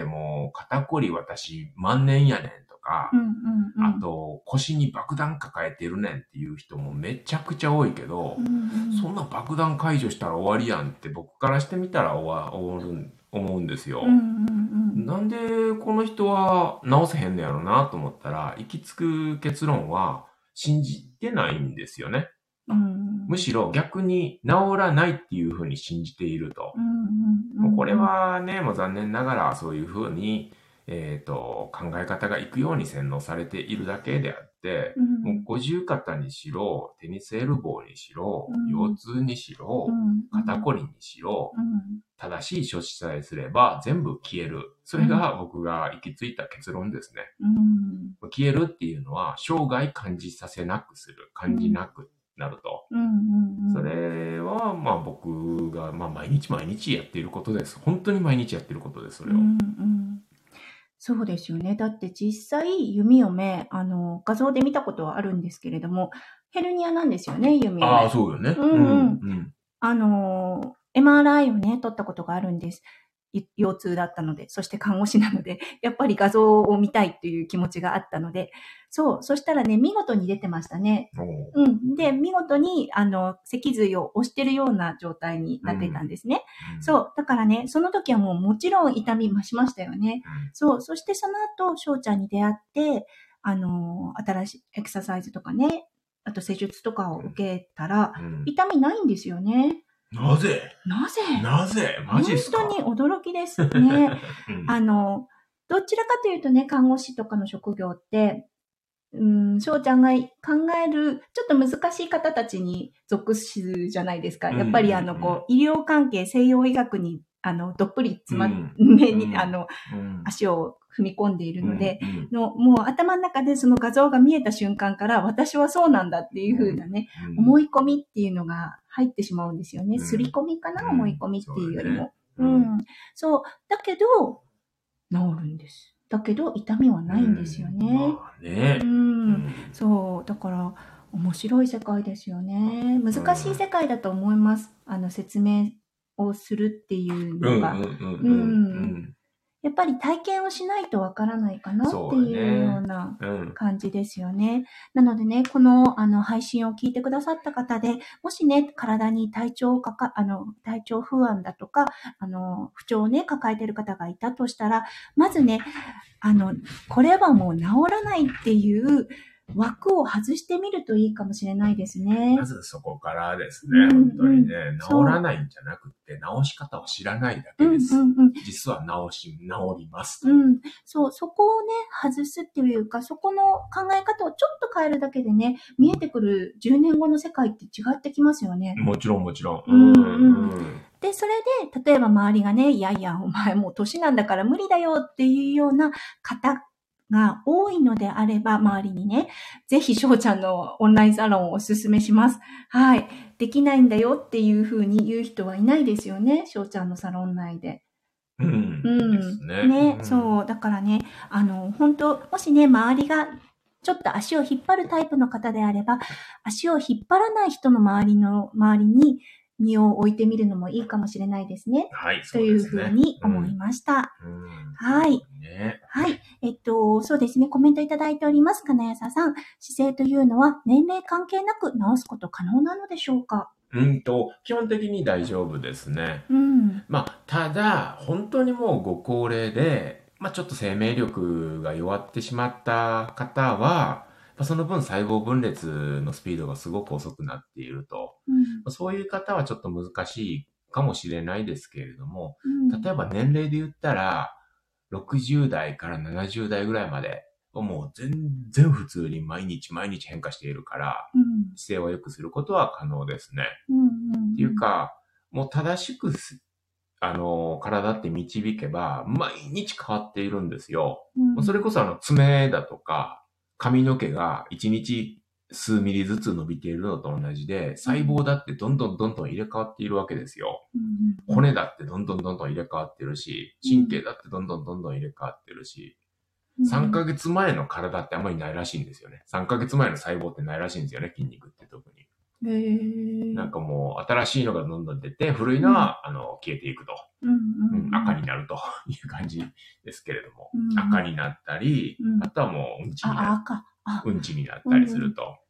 もう肩こり私万年やねんとか、あと腰に爆弾抱えてるねんっていう人もめちゃくちゃ多いけど、そんな爆弾解除したら終わりやんって僕からしてみたら思うんですよ。なんでこの人は治せへんのやろなと思ったら、行き着く結論は信じてないんですよね。むしろ逆に治らないっていうふうに信じていると。これはね、もう残念ながらそういうふうに、考え方がいくように洗脳されているだけであって、もう五十肩にしろ、テニスエルボーにしろ、腰痛にしろ、肩こりにしろ、正しい処置さえすれば全部消える。それが僕が行き着いた結論ですね。消えるっていうのは生涯感じさせなくする。感じなくなると。それはまあ僕が毎日やっていることです。本当に毎日やっていることです、それを。 そうですよね。だって実際、弓嫁、画像で見たことはあるんですけれども、ヘルニアなんですよね、弓嫁。 そうよね。 MRI をね、撮ったことがあるんです。腰痛だったので、そして看護師なので、やっぱり画像を見たいという気持ちがあったので、そしたらね、見事に出てましたね。で、見事に、脊髄を押してるような状態になっていたんですね。だからね、その時はもちろん痛み増しましたよね。そしてその後、翔ちゃんに出会って、新しいエクササイズとかね、あと施術とかを受けたら、痛みないんですよね。 なぜマジっすか？ 本当に驚きですね。どちらかというとね、看護師とかの職業って、翔ちゃんが考える、ちょっと難しい方たちに属するじゃないですか。やっぱり医療関係、西洋医学に、どっぷり目に、足を踏み込んでいるので、もう頭の中でその画像が見えた瞬間から、私はそうなんだっていう風なね、思い込みっていうのが入ってしまうんですよね。刷り込みかな、思い込みっていうよりも。だけど、治るんです。だけど、痛みはないんですよね。だから、面白い世界ですよね。難しい世界だと思います。説明をするっていうのが。やっぱり体験をしないとわからないかなっていうような感じですよね。なのでね、この配信を聞いてくださった方で、もしね、体に体調不安だとか、不調をね、抱えている方がいたとしたら、まずね、これはもう治らないっていう枠を外してみるといいかもしれないですね。 まずそこからですね、本当にね、治らないんじゃなくて、治し方を知らないだけです。実は治ります。 そこをね、外すっていうか、そこの考え方をちょっと変えるだけでね、見えてくる10年後の世界って違ってきますよね。 もちろん。 で、それで、例えば周りがね、いやいや、お前もう年なんだから無理だよっていうような方が多いのであれば、周りにね、ぜひ翔ちゃんのオンラインサロンをお勧めします。はい。できないんだよっていうふうに言う人はいないですよね、翔ちゃんのサロン内で。 ですね。 だからね、本当もしね、周りがちょっと足を引っ張るタイプの方であれば、足を引っ張らない人の周りに身を置いてみるのもいいかもしれないですね。 はい。 というふうに思いました。はい。はい。そうですね。コメントいただいております。金谷さん。姿勢というのは年齢関係なく治すこと可能なのでしょうか？ 基本的に大丈夫ですね。 うん。 まあ、ただ、本当にもうご高齢で、まあ、ちょっと生命力が弱ってしまった方は、その分細胞分裂のスピードがすごく遅くなっていると。 うん。 そういう方はちょっと難しいかもしれないですけれども、 うん。 例えば年齢で言ったら、60代から70代ぐらいまで、もう全然普通に毎日毎日変化しているから、 うん。 姿勢を良くすることは可能ですね。 うん。 っていうか、もう正しく体って導けば、毎日変わっているんですよ。 うん。 それこそ爪だとか、髪の毛が1日数ミリずつ伸びているのと同じで、細胞だってどんどんどんどん入れ替わっているわけですよ。 うん。 骨だってどんどんどんどん入れ替わってるし、神経だってどんどんどんどん入れ替わってるし、3ヶ月前の体ってあんまりないらしいんですよね。3ヶ月前の細胞ってないらしいんですよね、筋肉って特に。なんかもう新しいのがどんどん出て、古いのは、消えていくと。赤になるという感じですけれども。赤になったり、あとはもううんちになったりすると。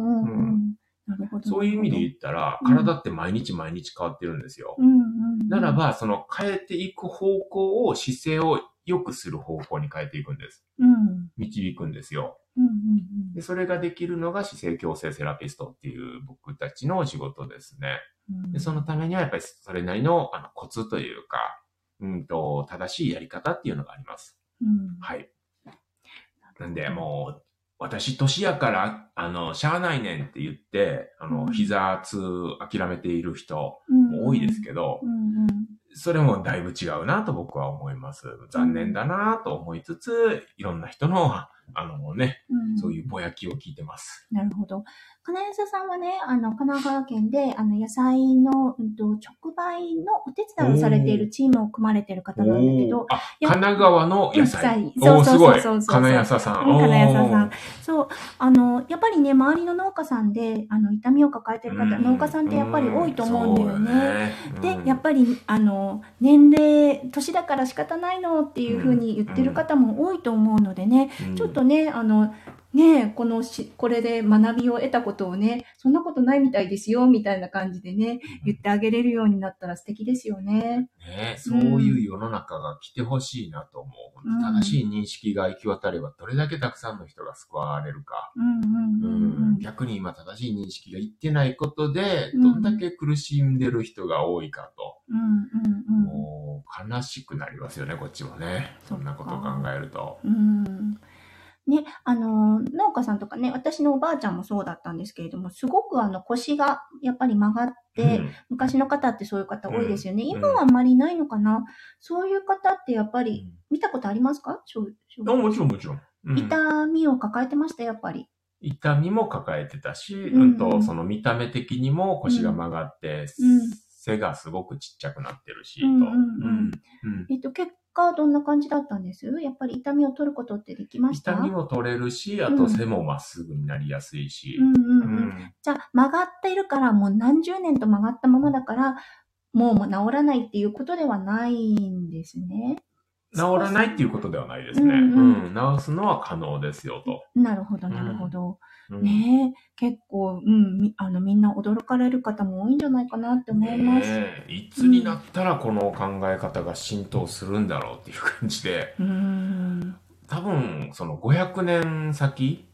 そういう意味で言ったら、体って毎日毎日変わってるんですよ。ならば、その変えていく方向を姿勢を良くする方向に変えていくんです。導くんですよ。で、それができるのが姿勢矯正セラピストっていう僕たちの仕事ですね。で、そのためにはやっぱりそれなりのコツというか、正しいやり方っていうのがあります。はい。なんで、もう、私、年やから、しゃあないねんって言って、膝痛諦めている人も多いですけど、それもだいぶ違うなと僕は思います。残念だなと思いつつ、いろんな人の、そういうぼやきを聞いてます。 なるほど。金谷さんはね、神奈川県で、野菜の、直売のお手伝いをされているチームを組まれている方なんだけど。 神奈川の野菜。 そうすごい。金谷さん。 金谷さん。そう、やっぱりね、周りの農家さんで、痛みを抱えている方、農家さんってやっぱり多いと思うんだよね。で、やっぱり、年齢、年だから仕方ないのっていうふうに言ってる方も多いと思うのでね、ちょっとね、これで学びを得たことをね、そんなことないみたいですよ、みたいな感じでね、言ってあげれるようになったら素敵ですよね。 そういう世の中が来てほしいなと思う。正しい認識が行き渡れば、どれだけたくさんの人が救われるか。逆に今正しい認識がいってないことで、どんだけ苦しんでる人が多いかと。もう悲しくなりますよね、こっちもね。そんなことを考えると。 ね、農家さんとかね、私のおばあちゃんもそうだったんですけれども、すごく腰がやっぱり曲がって、昔の方ってそういう方多いですよね。今はあんまりないのかな。そういう方ってやっぱり見たことありますか？ もちろんもちろん。 痛みを抱えてました、やっぱり。 痛みも抱えてたし、その見た目的にも腰が曲がって、背がすごくちっちゃくなってるし、 結果どんな感じだったんです？やっぱり痛みを取ることってできました？ 痛みも取れるし、あと背もまっすぐになりやすいし。 じゃあ曲がっているからもう何十年と曲がったままだからもう治らないっていうことではないんですね。 治らないっていうことではないですね。治すのは可能ですよと。 なるほど、なるほど。ねえ、結構、みんな驚かれる方も多いんじゃないかなって思います。 いつになったらこの考え方が浸透するんだろうっていう感じで、多分、その500年先、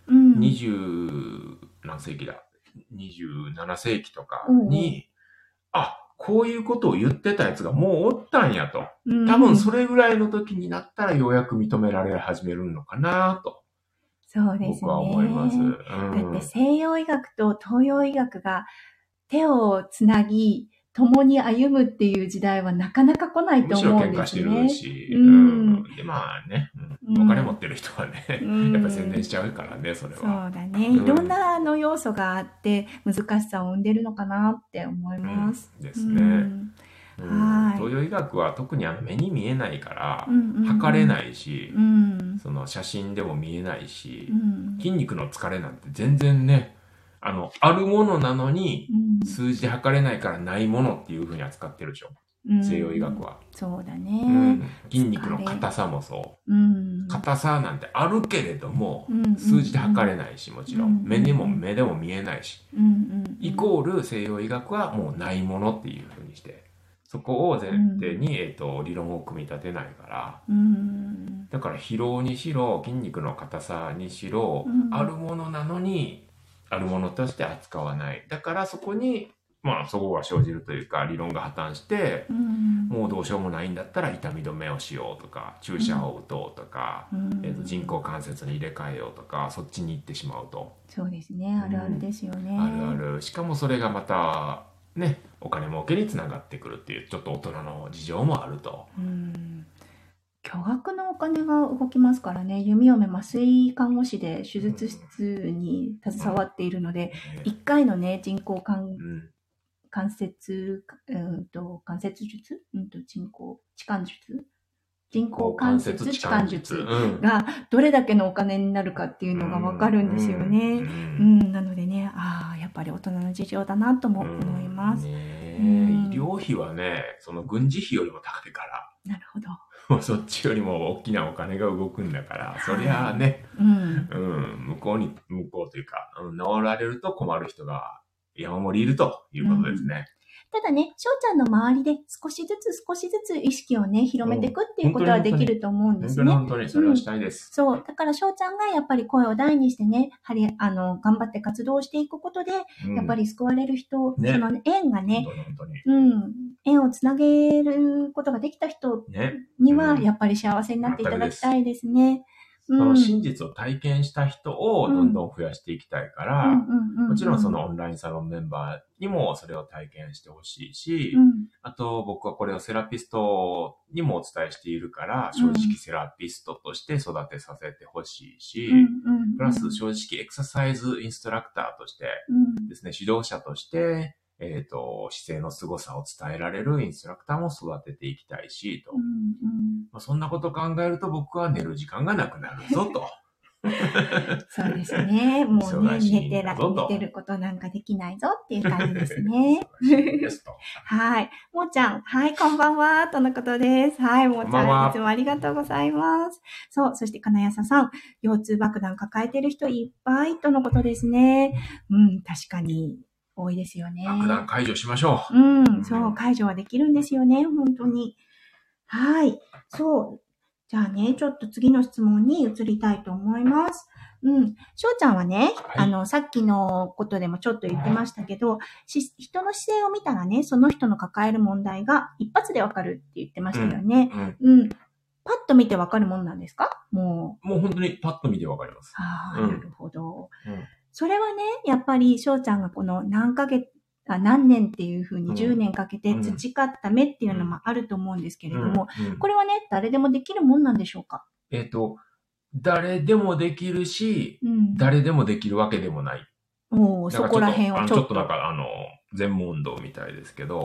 何世紀だ ?27 世紀とかに、こういうことを言ってたやつがもうおったんやと。多分それぐらいの時になったらようやく認められ始めるのかなと。 そうですね。 僕は思います。 だって西洋医学と東洋医学が手をつなぎ、共に歩むっていう時代はなかなか来ないと思うんですね。 むしろ喧嘩してるし。で、まあね、お金持ってる人はね、やっぱり宣伝しちゃうからね、それは。 そうだね。いろんな要素があって難しさを生んでるのかなって思います。 ですね。東洋医学は特に目に見えないから測れないし、その写真でも見えないし、筋肉の疲れなんて全然ね、あるものなのに数字で測れないからないものっていうふうに扱ってるでしょ。 西洋医学は。 そうだね。 筋肉の硬さもそう。 うん、 硬さなんてあるけれども、数字で測れないし、もちろん。目でも見えないし。イコール西洋医学はもうないものっていうふうにして、そこを前提に、理論を組み立てないから。だから疲労にしろ、筋肉の硬さにしろ、あるものなのに、あるものとして扱わない。だからそこに、そこが生じるというか、理論が破綻して、もうどうしようもないんだったら痛み止めをしようとか、注射を打とうとか、人工関節に入れ替えようとか、そっちに行ってしまうと。 そうですね。あるあるですよね。 あるある。しかもそれがまた、ね、お金儲けにつながってくるっていう、ちょっと大人の事情もあると。 巨額のお金が動きますからね。弓嫁麻酔看護師で手術室に携わっているので、1回のね、人工関節、関節術人工関節置換術がどれだけのお金になるかっていうのがわかるんですよね。なのでね、やっぱり大人の事情だなとも思います。 医療費はね、その軍事費よりも高いから。 なるほど。 もうそっちよりも大きなお金が動くんだから、そりゃあね、向こうというか、治られると困る人が山盛りいるということですね。 ただね、翔ちゃんの周りで少しずつ意識をね、広めていくっていうことはできると思うんですね。 本当にそれをしたいです。 そう。だから翔ちゃんがやっぱり声を大にしてね、頑張って活動していくことで、やっぱり救われる人、その縁がね、縁をつなげることができた人には、やっぱり幸せになっていただきたいですね。 その真実を体験した人をどんどん増やしていきたいから、もちろんそのオンラインサロンメンバーにもそれを体験してほしいし、あと僕はこれをセラピストにもお伝えしているから、正直セラピストとして育てさせてほしいし、プラス正直エクササイズインストラクターとしてですね、指導者として、姿勢の凄さを伝えられるインストラクターも育てていきたいし、と。そんなことを考えると僕は寝る時間がなくなるぞと。 そうですね。もうね、寝てることなんかできないぞっていう感じですね。はい。もーちゃん、はい、こんばんは、とのことです。はい、もーちゃん、いつもありがとうございます。そう、そして金谷さん、腰痛爆弾抱えてる人いっぱいとのことですね。確かに。多いですよね。 爆弾解除しましょう。 そう、解除はできるんですよね、本当に。はい。そう。じゃあね、ちょっと次の質問に移りたいと思います。しょうちゃんはね、さっきのことでもちょっと言ってましたけど、人の姿勢を見たらね、その人の抱える問題が一発でわかるって言ってましたよね。パッと見てわかるもんなんですか？もう本当にパッと見てわかります。 なるほど。それはね、やっぱり翔ちゃんがこの何年っていう風に10年かけて培った目っていうのもあると思うんですけれども、これはね、誰でもできるもんなんでしょうか？ 誰でもできるし、誰でもできるわけでもない。 そこら辺をちょっとなんか全問答みたいですけど、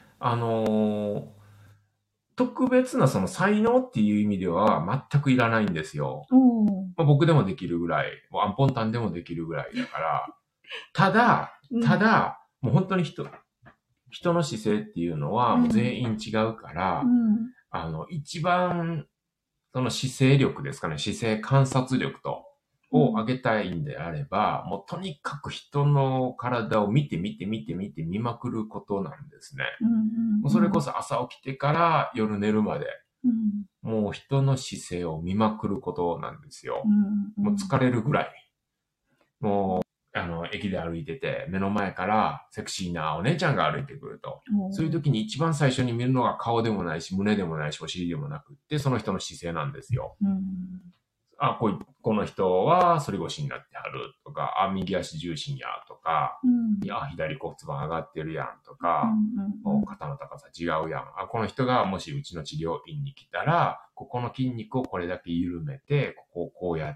特別なその才能っていう意味では全くいらないんですよ。僕でもできるぐらい、アンポンタンでもできるぐらいだから、ただ、もう本当に人の姿勢っていうのはもう全員違うから、一番その姿勢力ですかね、姿勢観察力を上げたいんであれば、もうとにかく人の体を見まくることなんですね。それこそ朝起きてから夜寝るまで、もう人の姿勢を見まくることなんですよ。もう疲れるぐらい。もう、駅で歩いてて、目の前からセクシーなお姉ちゃんが歩いてくると。そういう時に一番最初に見るのが顔でもないし、胸でもないし、お尻でもなくって、その人の姿勢なんですよ。この人は反り腰になってはるとか、右足重心やとか、左骨盤上がってるやんとか、肩の高さ違うやん。この人がもしうちの治療院に来たら、ここの筋肉をこれだけ緩めて、ここをこうやって、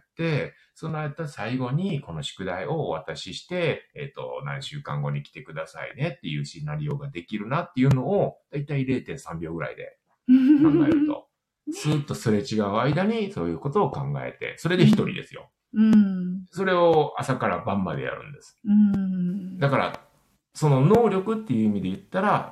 その後最後にこの宿題をお渡しして、何週間後に来てくださいねっていうシナリオができるなっていうのを、だいたい 0.3 秒ぐらいで考えると。スーッとすれ違う間にそういうことを考えて、それで一人ですよ。それを朝から晩までやるんです。だから、その能力っていう意味で言ったら、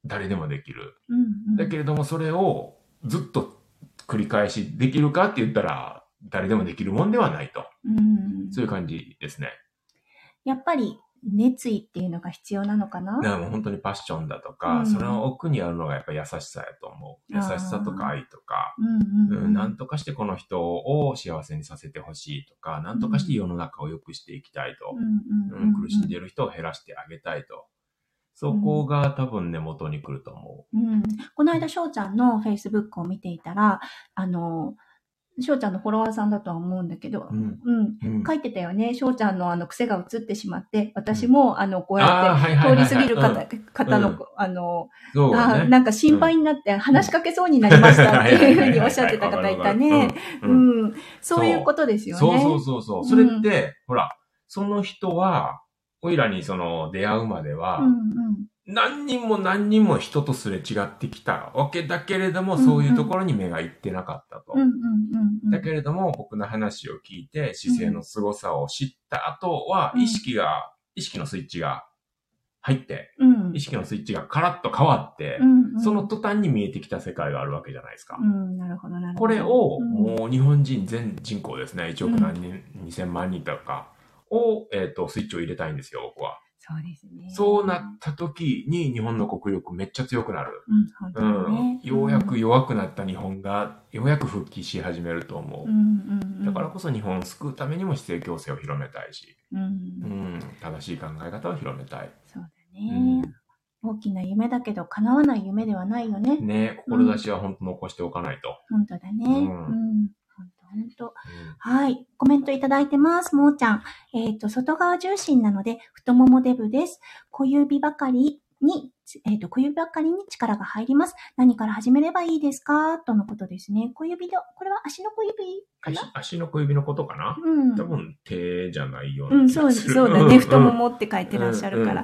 誰でもできる。 うんうん、 だけれども、それをずっと繰り返しできるかって言ったら、誰でもできるもんではないと。そういう感じですね。 やっぱり熱意っていうのが必要なのかな？ だからもう本当にパッションだとか、その奥にあるのがやっぱり優しさやと思う。優しさとか愛とか、なんとかしてこの人を幸せにさせてほしいとか、なんとかして世の中を良くしていきたいと。苦しんでいる人を減らしてあげたいと。そこが多分ね、元に来ると思う。 この間、翔ちゃんの Facebook を見ていたら、翔ちゃんのフォロワーさんだとは思うんだけど、書いてたよね。翔ちゃんの癖が映ってしまって、私もこうやって通り過ぎる方の、なんか心配になって話しかけそうになりましたっていうふうにおっしゃってた方いたね。そういうことですよね。 そう。それって、ほら、その人は、おいらに出会うまでは、何人も人とすれ違ってきたわけだけれども、そういうところに目がいってなかったと。だけれども、僕の話を聞いて、姿勢の凄さを知った後は、意識のスイッチが入って、意識のスイッチがカラッと変わって、その途端に見えてきた世界があるわけじゃないですか。 なるほど。 これを、もう日本人全人口ですね、1億何人、2000万人とかを、スイッチを入れたいんですよ、僕は。 そうですね。 そうなった時に日本の国力めっちゃ強くなる。ようやく弱くなった日本がようやく復帰し始めると思う。だからこそ日本を救うためにも姿勢矯正を広めたいし、正しい考え方を広めたい。 そうだね。大きな夢だけど叶わない夢ではないよね。 ね、志は本当残しておかないと。 本当だね。本当。はい。コメントいただいてます。もーちゃん。外側重心なので、太ももデブです。小指ばかりに力が入ります。何から始めればいいですかとのことですね。これは足の小指かな？ 足の小指のことかな？多分手じゃないような気がする。そうだね。太ももって書いてらっしゃるから。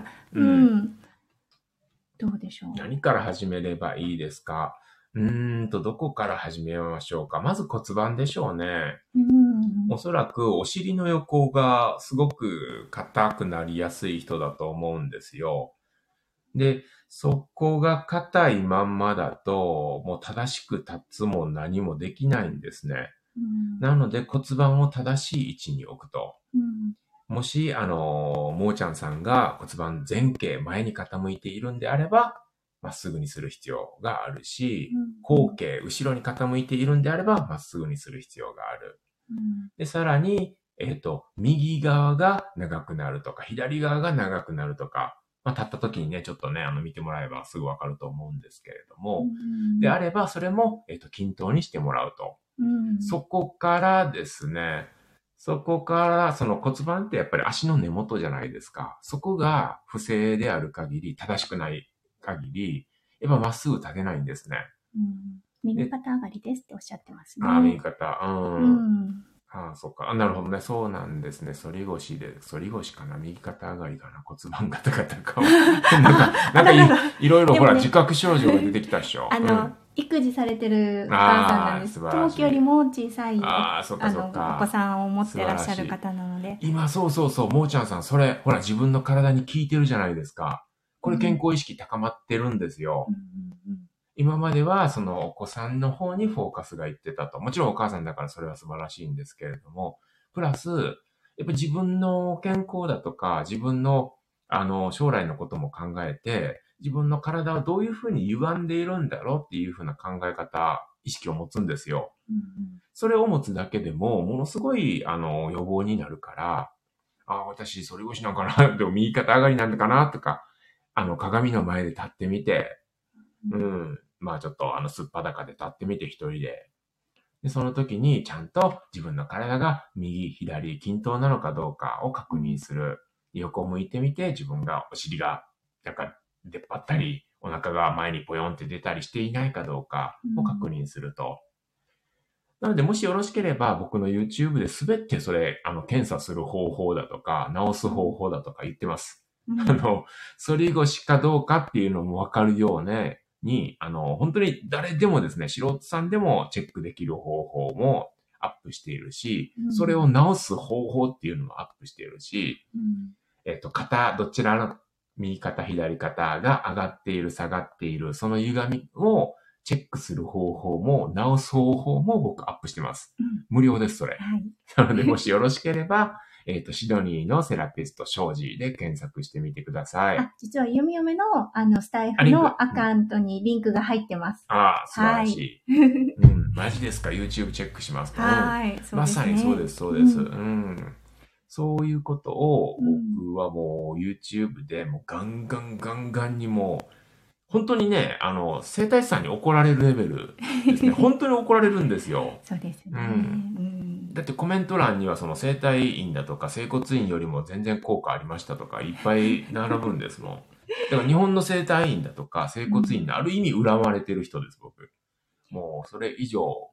どうでしょう。 何から始めればいいですか？どこから始めましょうか。まず骨盤でしょうね。おそらくお尻の横がすごく硬くなりやすい人だと思うんですよ。で、そこが硬いまんまだと、もう正しく立つも何もできないんですね。なので骨盤を正しい位置に置くと。もし、もーちゃんさんが骨盤前傾、前に傾いているんであれば、まっすぐにする必要があるし、後傾、後ろに傾いているんであれば、まっすぐにする必要がある。で、さらに、右側が長くなるとか、左側が長くなるとか、立った時にね、ちょっとね、見てもらえばすぐわかると思うんですけれども、であれば、それも、均等にしてもらうと。そこからですね、その骨盤ってやっぱり足の根元じゃないですか。そこが不正である限り、正しくない限り、やっぱまっすぐ立てないんですね。 右肩上がりですっておっしゃってますね。 右肩。そうか。なるほどね。そうなんですね。反り腰かな。右肩上がりかな。骨盤ガタガタか。なんかいろいろほら、自覚症状が出てきたでしょ。 育児されてるお母さんなんです。陶器よりも小さいお子さんを持ってらっしゃる方なので。 今、そう。もーちゃんさん、それ、ほら、自分の体に効いてるじゃないですか。これ健康意識高まってるんですよ。今まではそのお子さんの方にフォーカスがいってたと。もちろんお母さんだからそれは素晴らしいんですけれども、プラス、やっぱ自分の健康だとか、自分の将来のことも考えて、自分の体はどういうふうに歪んでいるんだろうっていうふうな考え方、意識を持つんですよ。それを持つだけでも、ものすごい予防になるから、私反り腰なんかな、でも右肩上がりなんだかなとか、鏡の前で立ってみて、ちょっとすっぱだかで立ってみて一人で。で、その時にちゃんと自分の体が右、左、均等なのかどうかを確認する。横向いてみて自分がお尻がなんか出っ張ったり、お腹が前にポヨンって出たりしていないかどうかを確認すると。なので、もしよろしければ僕の YouTube で全てそれ、検査する方法だとか、治す方法だとか言ってます。反り腰かどうかっていうのもわかるようね、本当に誰でもですね、素人さんでもチェックできる方法もアップしているし、それを治す方法っていうのもアップしているし、肩、どちら右肩、左肩が上がっている、下がっている、その歪みをチェックする方法も、直す方法も僕アップしてます。無料です、それ。 はい。 なので、もしよろしければ、シドニーのセラピスト、庄司で検索してみてください。 実は弓嫁の、スタイフのアカウントにリンクが入ってます。 素晴らしい。マジですか？ YouTube チェックしますか？ はい。そうですね。 まさにそうです、そうです。そういうことを、僕はもう YouTube でもうガンガンにもう、本当にね、整体師さんに怒られるレベルですね。本当に怒られるんですよ。 そうですね。 だってコメント欄にはその整体院だとか整骨院よりも全然効果ありましたとかいっぱい並ぶんですもん。だから日本の整体院だとか整骨院のある意味恨まれてる人です、僕。もうそれ以上、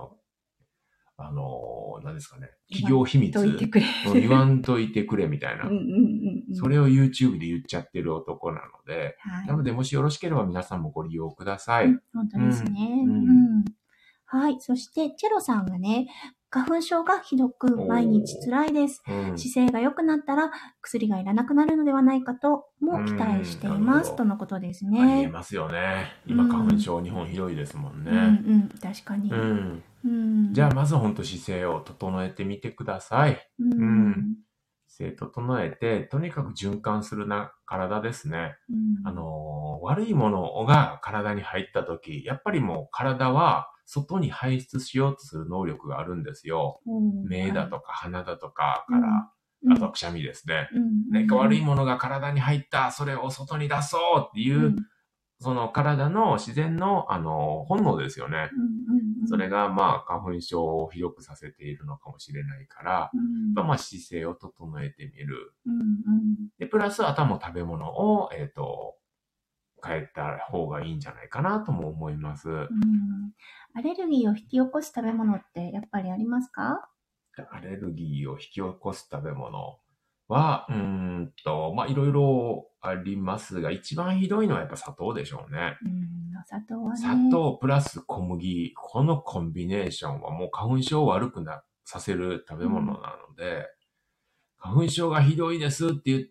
何ですかね。企業秘密。言わんといてくれみたいな。それを YouTube で言っちゃってる男なので、なのでもしよろしければ皆さんもご利用ください。 本当ですね。はい。そして、チェロさんがね、花粉症がひどく毎日辛いです。姿勢が良くなったら薬がいらなくなるのではないかとも期待しています。とのことですね。 ありえますよね。今花粉症日本ひどいですもんね。 確かに。 じゃあまず本当姿勢を整えてみてください。姿勢整えて、とにかく循環する体ですね。悪いものが体に入ったとき、やっぱりもう体は外に排出しようとする能力があるんですよ。目だとか鼻だとかから、あとくしゃみですね。何か悪いものが体に入った、それを外に出そうっていう、その体の自然の、本能ですよね。それが、花粉症をひどくさせているのかもしれないから、姿勢を整えてみる。で、プラス、あとはもう食べ物を、変えた方がいいんじゃないかなとも思います。 アレルギーを引き起こす食べ物ってやっぱりありますか？ アレルギーを引き起こす食べ物は、いろいろありますが、一番ひどいのはやっぱ砂糖でしょうね。 砂糖はね。 砂糖プラス小麦、このコンビネーションはもう花粉症を悪くさせる食べ物なので、花粉症がひどいですって言って、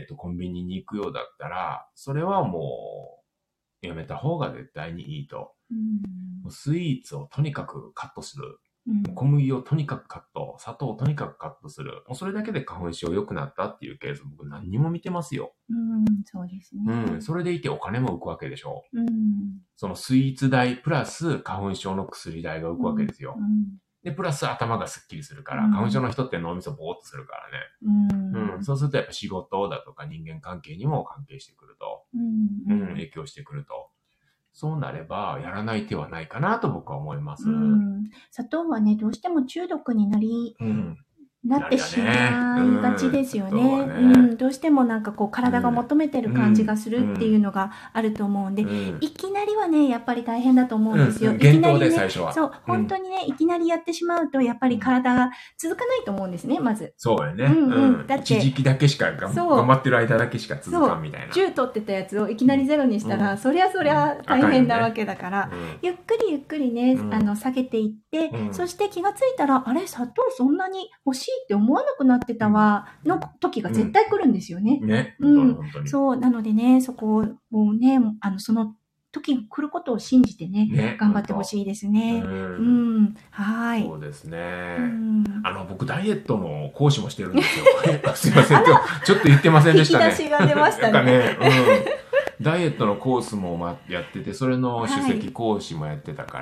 コンビニに行くようだったら、それはもうやめた方が絶対にいいと。スイーツをとにかくカットする。小麦をとにかくカット、砂糖をとにかくカットする。もうそれだけで花粉症良くなったっていうケース僕何にも見てますよ。 そうですね。 それでいてお金も浮くわけでしょ。そのスイーツ代プラス花粉症の薬代が浮くわけですよ。で、プラス頭がスッキリするから、花粉症の人って脳みそぼーっとするからね。そうするとやっぱ仕事だとか人間関係にも関係してくると。影響してくると。そうなれば、やらない手はないかなと僕は思います。 砂糖はね、どうしても中毒になってしまいがちですよね。どうしてもなんかこう体が求めてる感じがするっていうのがあると思うんで、いきなりはね、やっぱり大変だと思うんですよ。いきなりね、そう、本当にね、いきなりやってしまうと、やっぱり体が続かないと思うんですね、まず。 そうやね。だって、一時期だけしか頑張ってる間だけしか続かんみたいな。 10取ってたやつをいきなりゼロにしたら、そりゃ大変なわけだから、ゆっくりね、下げていって、そして気がついたら、あれ、砂糖そんなに欲しいって思わなくなってたわ、の時が絶対来るんですよね。そう、なのでね、そこをね、その時が来ることを信じてね、頑張ってほしいですね。はい。 そうですね。僕、ダイエットの講師もしてるんですよ。すいません、ちょっと言ってませんでしたね。 引き出しが出ましたね。 ダイエットのコースもやってて、それの首席講師もやってたから、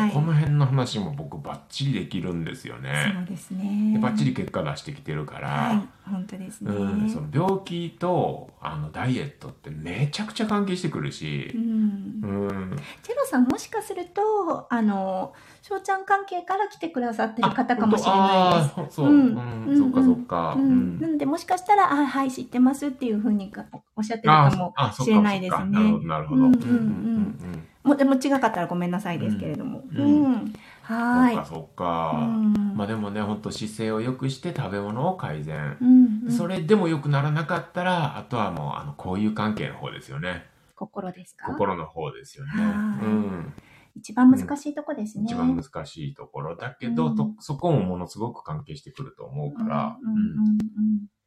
この辺の話も僕バッチリできるんですよね。 そうですね。 バッチリ結果出してきてるから、 本当ですね。 その病気とダイエットってめちゃくちゃ関係してくるし、 チェロさんもしかすると翔ちゃん関係から来てくださってる方かもしれないです。 そっか。 なのでもしかしたらはい知ってますっていうふうにおっしゃってるかもしれないですね。 なるほど。 でも違かったらごめんなさいですけれども。はい。 そっか。でもね、本当姿勢を良くして食べ物を改善。それでも良くならなかったら、あとはもう交友関係の方ですよね。 心ですか？ 心の方ですよね。 一番難しいとこですね。 一番難しいところだけど、そこもものすごく関係してくると思うから。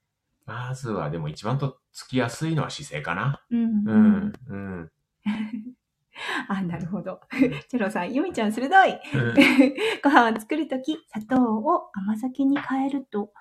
まずはでも一番とっつきやすいのは姿勢かな。 なるほど。チェロさん、ゆみちゃん鋭い。ご飯を作るとき、砂糖を甘酒に変えると、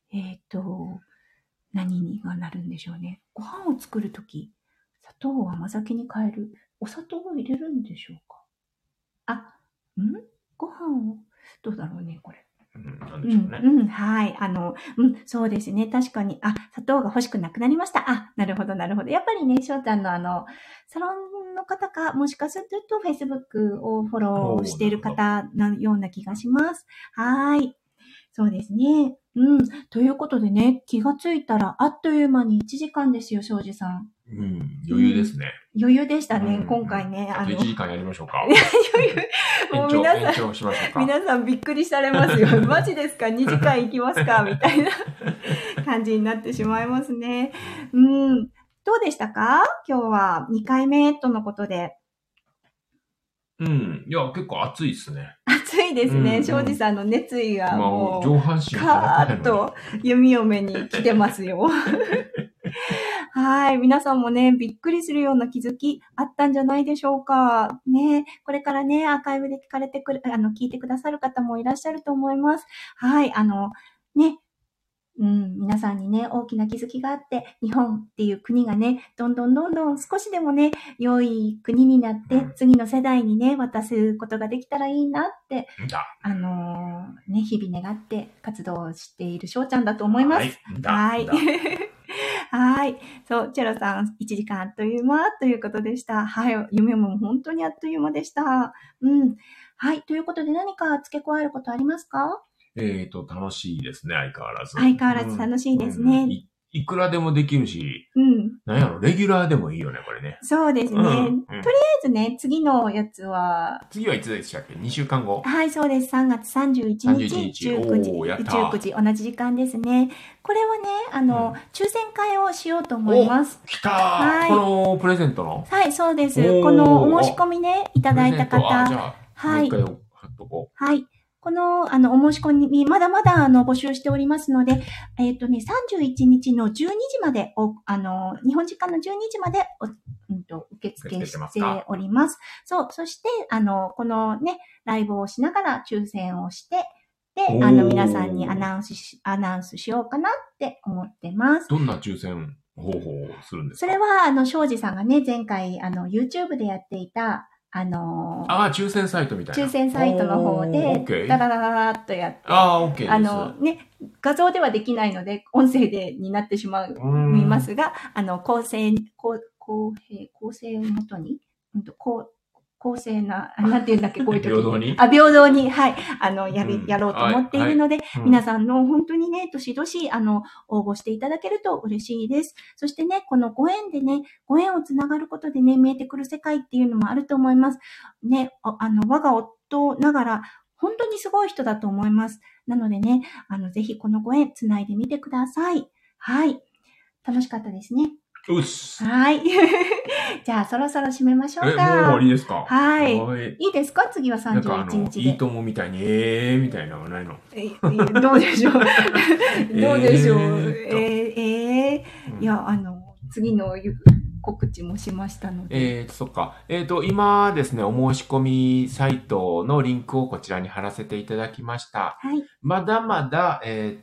何にがなるんでしょうね。ご飯を作るとき、砂糖を甘酒に変える。お砂糖を入れるんでしょうか？ご飯を、どうだろうね、これ。 なんでしょうね。 はい。そうですね。確かに。砂糖が欲しくなくなりました。なるほど、なるほど。やっぱりね、翔ちゃんのサロンの方か、もしかすると Facebook をフォローしている方のような気がします。はい。そうですね。ということでね、気がついたらあっという間に1時間ですよ、庄司さん。 余裕ですね。 余裕でしたね、今回ね。 あと1時間やりましょうか。 もう皆さん、 延長しましょうか。 皆さんびっくりされますよ。マジですか ?2 時間行きますかみたいな感じになってしまいますね。どうでしたか？今日は2回目とのことで。 いや、結構暑いですね。 暑いですね。庄司さんの熱意がもう、 上半身カーッと弓嫁に来てますよ。はい。皆さんもね、びっくりするような気づきあったんじゃないでしょうか。ね。これからね、アーカイブで聞いてくださる方もいらっしゃると思います。はい。ね。皆さんにね、大きな気づきがあって、日本っていう国がね、どんどん少しでもね、良い国になって、次の世代にね、渡すことができたらいいなって、ね、日々願って活動している翔ちゃんだと思います。はい。はい。そう、チェロさん、1時間あっという間ということでした。はい。夢も本当にあっという間でした。はい。ということで何か付け加えることありますか？ 楽しいですね、相変わらず。 相変わらず楽しいですね。 いくらでもできるし、なんやろ、レギュラーでもいいよね、これね。 そうですね。とりあえずね、次のやつは。 次はいつでしたっけ？ 2 週間後。 はい、そうです。3月31日、19時、同じ時間ですね。これはね、抽選会をしようと思います。 来たー、はい、このプレゼントの？ はい、そうです。このお申し込みね、いただいた方。 はい。もう一回貼っとこう。 はい。この、お申し込み、まだまだ、募集しておりますので、31日の12時まで、日本時間の12時まで、受付しております。そう、そして、このね、ライブをしながら抽選をして、で、皆さんにアナウンスしようかなって思ってます。 どんな抽選方法をするんですか？ それは、庄司さんがね、前回、YouTube でやっていた、 抽選サイトみたいな。 抽選サイトの方で、ダララララっとやって、 OK です。 ね、画像ではできないので、音声になってしまいますが、構成をもとに、公正な、なんていうんだっけ、こういう時。 平等に？ 平等に、はい、やろうと思っているので、皆さんの本当にね、どしどし、応募していただけると嬉しいです。そしてね、このご縁でね、ご縁をつながることでね、見えてくる世界っていうのもあると思います。ね、我が夫ながら、本当にすごい人だと思います。なのでね、ぜひこのご縁つないでみてください。はい。楽しかったですね。はい。じゃあ、そろそろ締めましょうか。 もう終わりですか？ はい。いいですか？次は31日で。 いいともみたいに、みたいなのはないの？ どうでしょう。どうでしょう。いや、次の告知もしましたので。 そっか。今ですね、お申し込みサイトのリンクをこちらに貼らせていただきました。 はい。 まだまだ、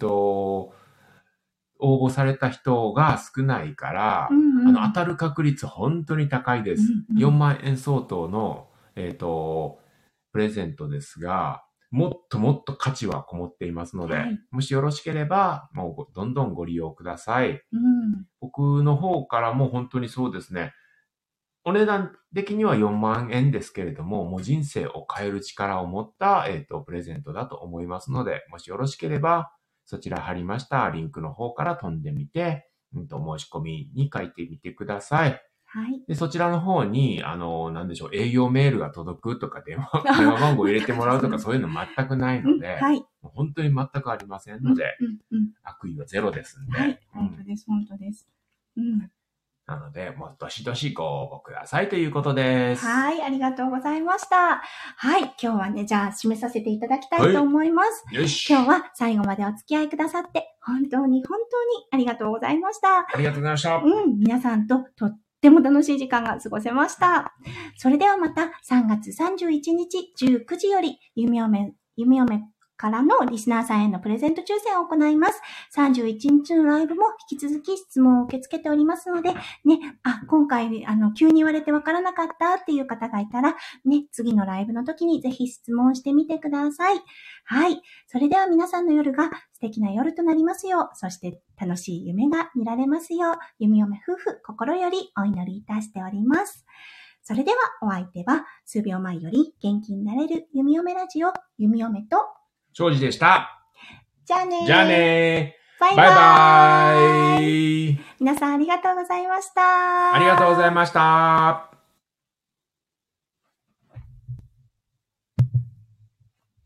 応募された人が少ないから、当たる確率本当に高いです。4万円相当の、プレゼントですが、もっともっと価値はこもっていますので、もしよろしければ、もうどんどんご利用ください。僕の方からも本当にそうですね。お値段的には4万円ですけれども、もう人生を変える力を持った、プレゼントだと思いますので、もしよろしければ、そちら貼りましたリンクの方から飛んでみて、申し込みに書いてみてください。 はい。 で、そちらの方に、なんでしょう、営業メールが届くとか、電話番号入れてもらうとか、そういうの全くないので、 はい。 本当に全くありませんので、悪意はゼロですんで。 はい。本当です、本当です。 なので、もうどしどしご応募くださいということです。 はい、ありがとうございました。はい、今日はね、じゃあ締めさせていただきたいと思います。 よし。 今日は最後までお付き合いくださって本当にありがとうございました。 ありがとうございました。 皆さんととっても楽しい時間が過ごせました。それではまた3月31日19時より弓嫁からのリスナーさんへのプレゼント抽選を行います。31日のライブも引き続き質問を受け付けておりますので、ね、今回、急に言われてわからなかったっていう方がいたら、ね、次のライブの時にぜひ質問してみてください。はい。それでは皆さんの夜が素敵な夜となりますよう、そして楽しい夢が見られますよう、弓嫁夫婦心よりお祈りいたしております。それではお相手は数秒前より元気になれる弓嫁ラジオ、弓嫁と庄司でした。 じゃあねー。 じゃあねー。 バイバイ。 バイバーイ。 皆さんありがとうございました。 ありがとうございました。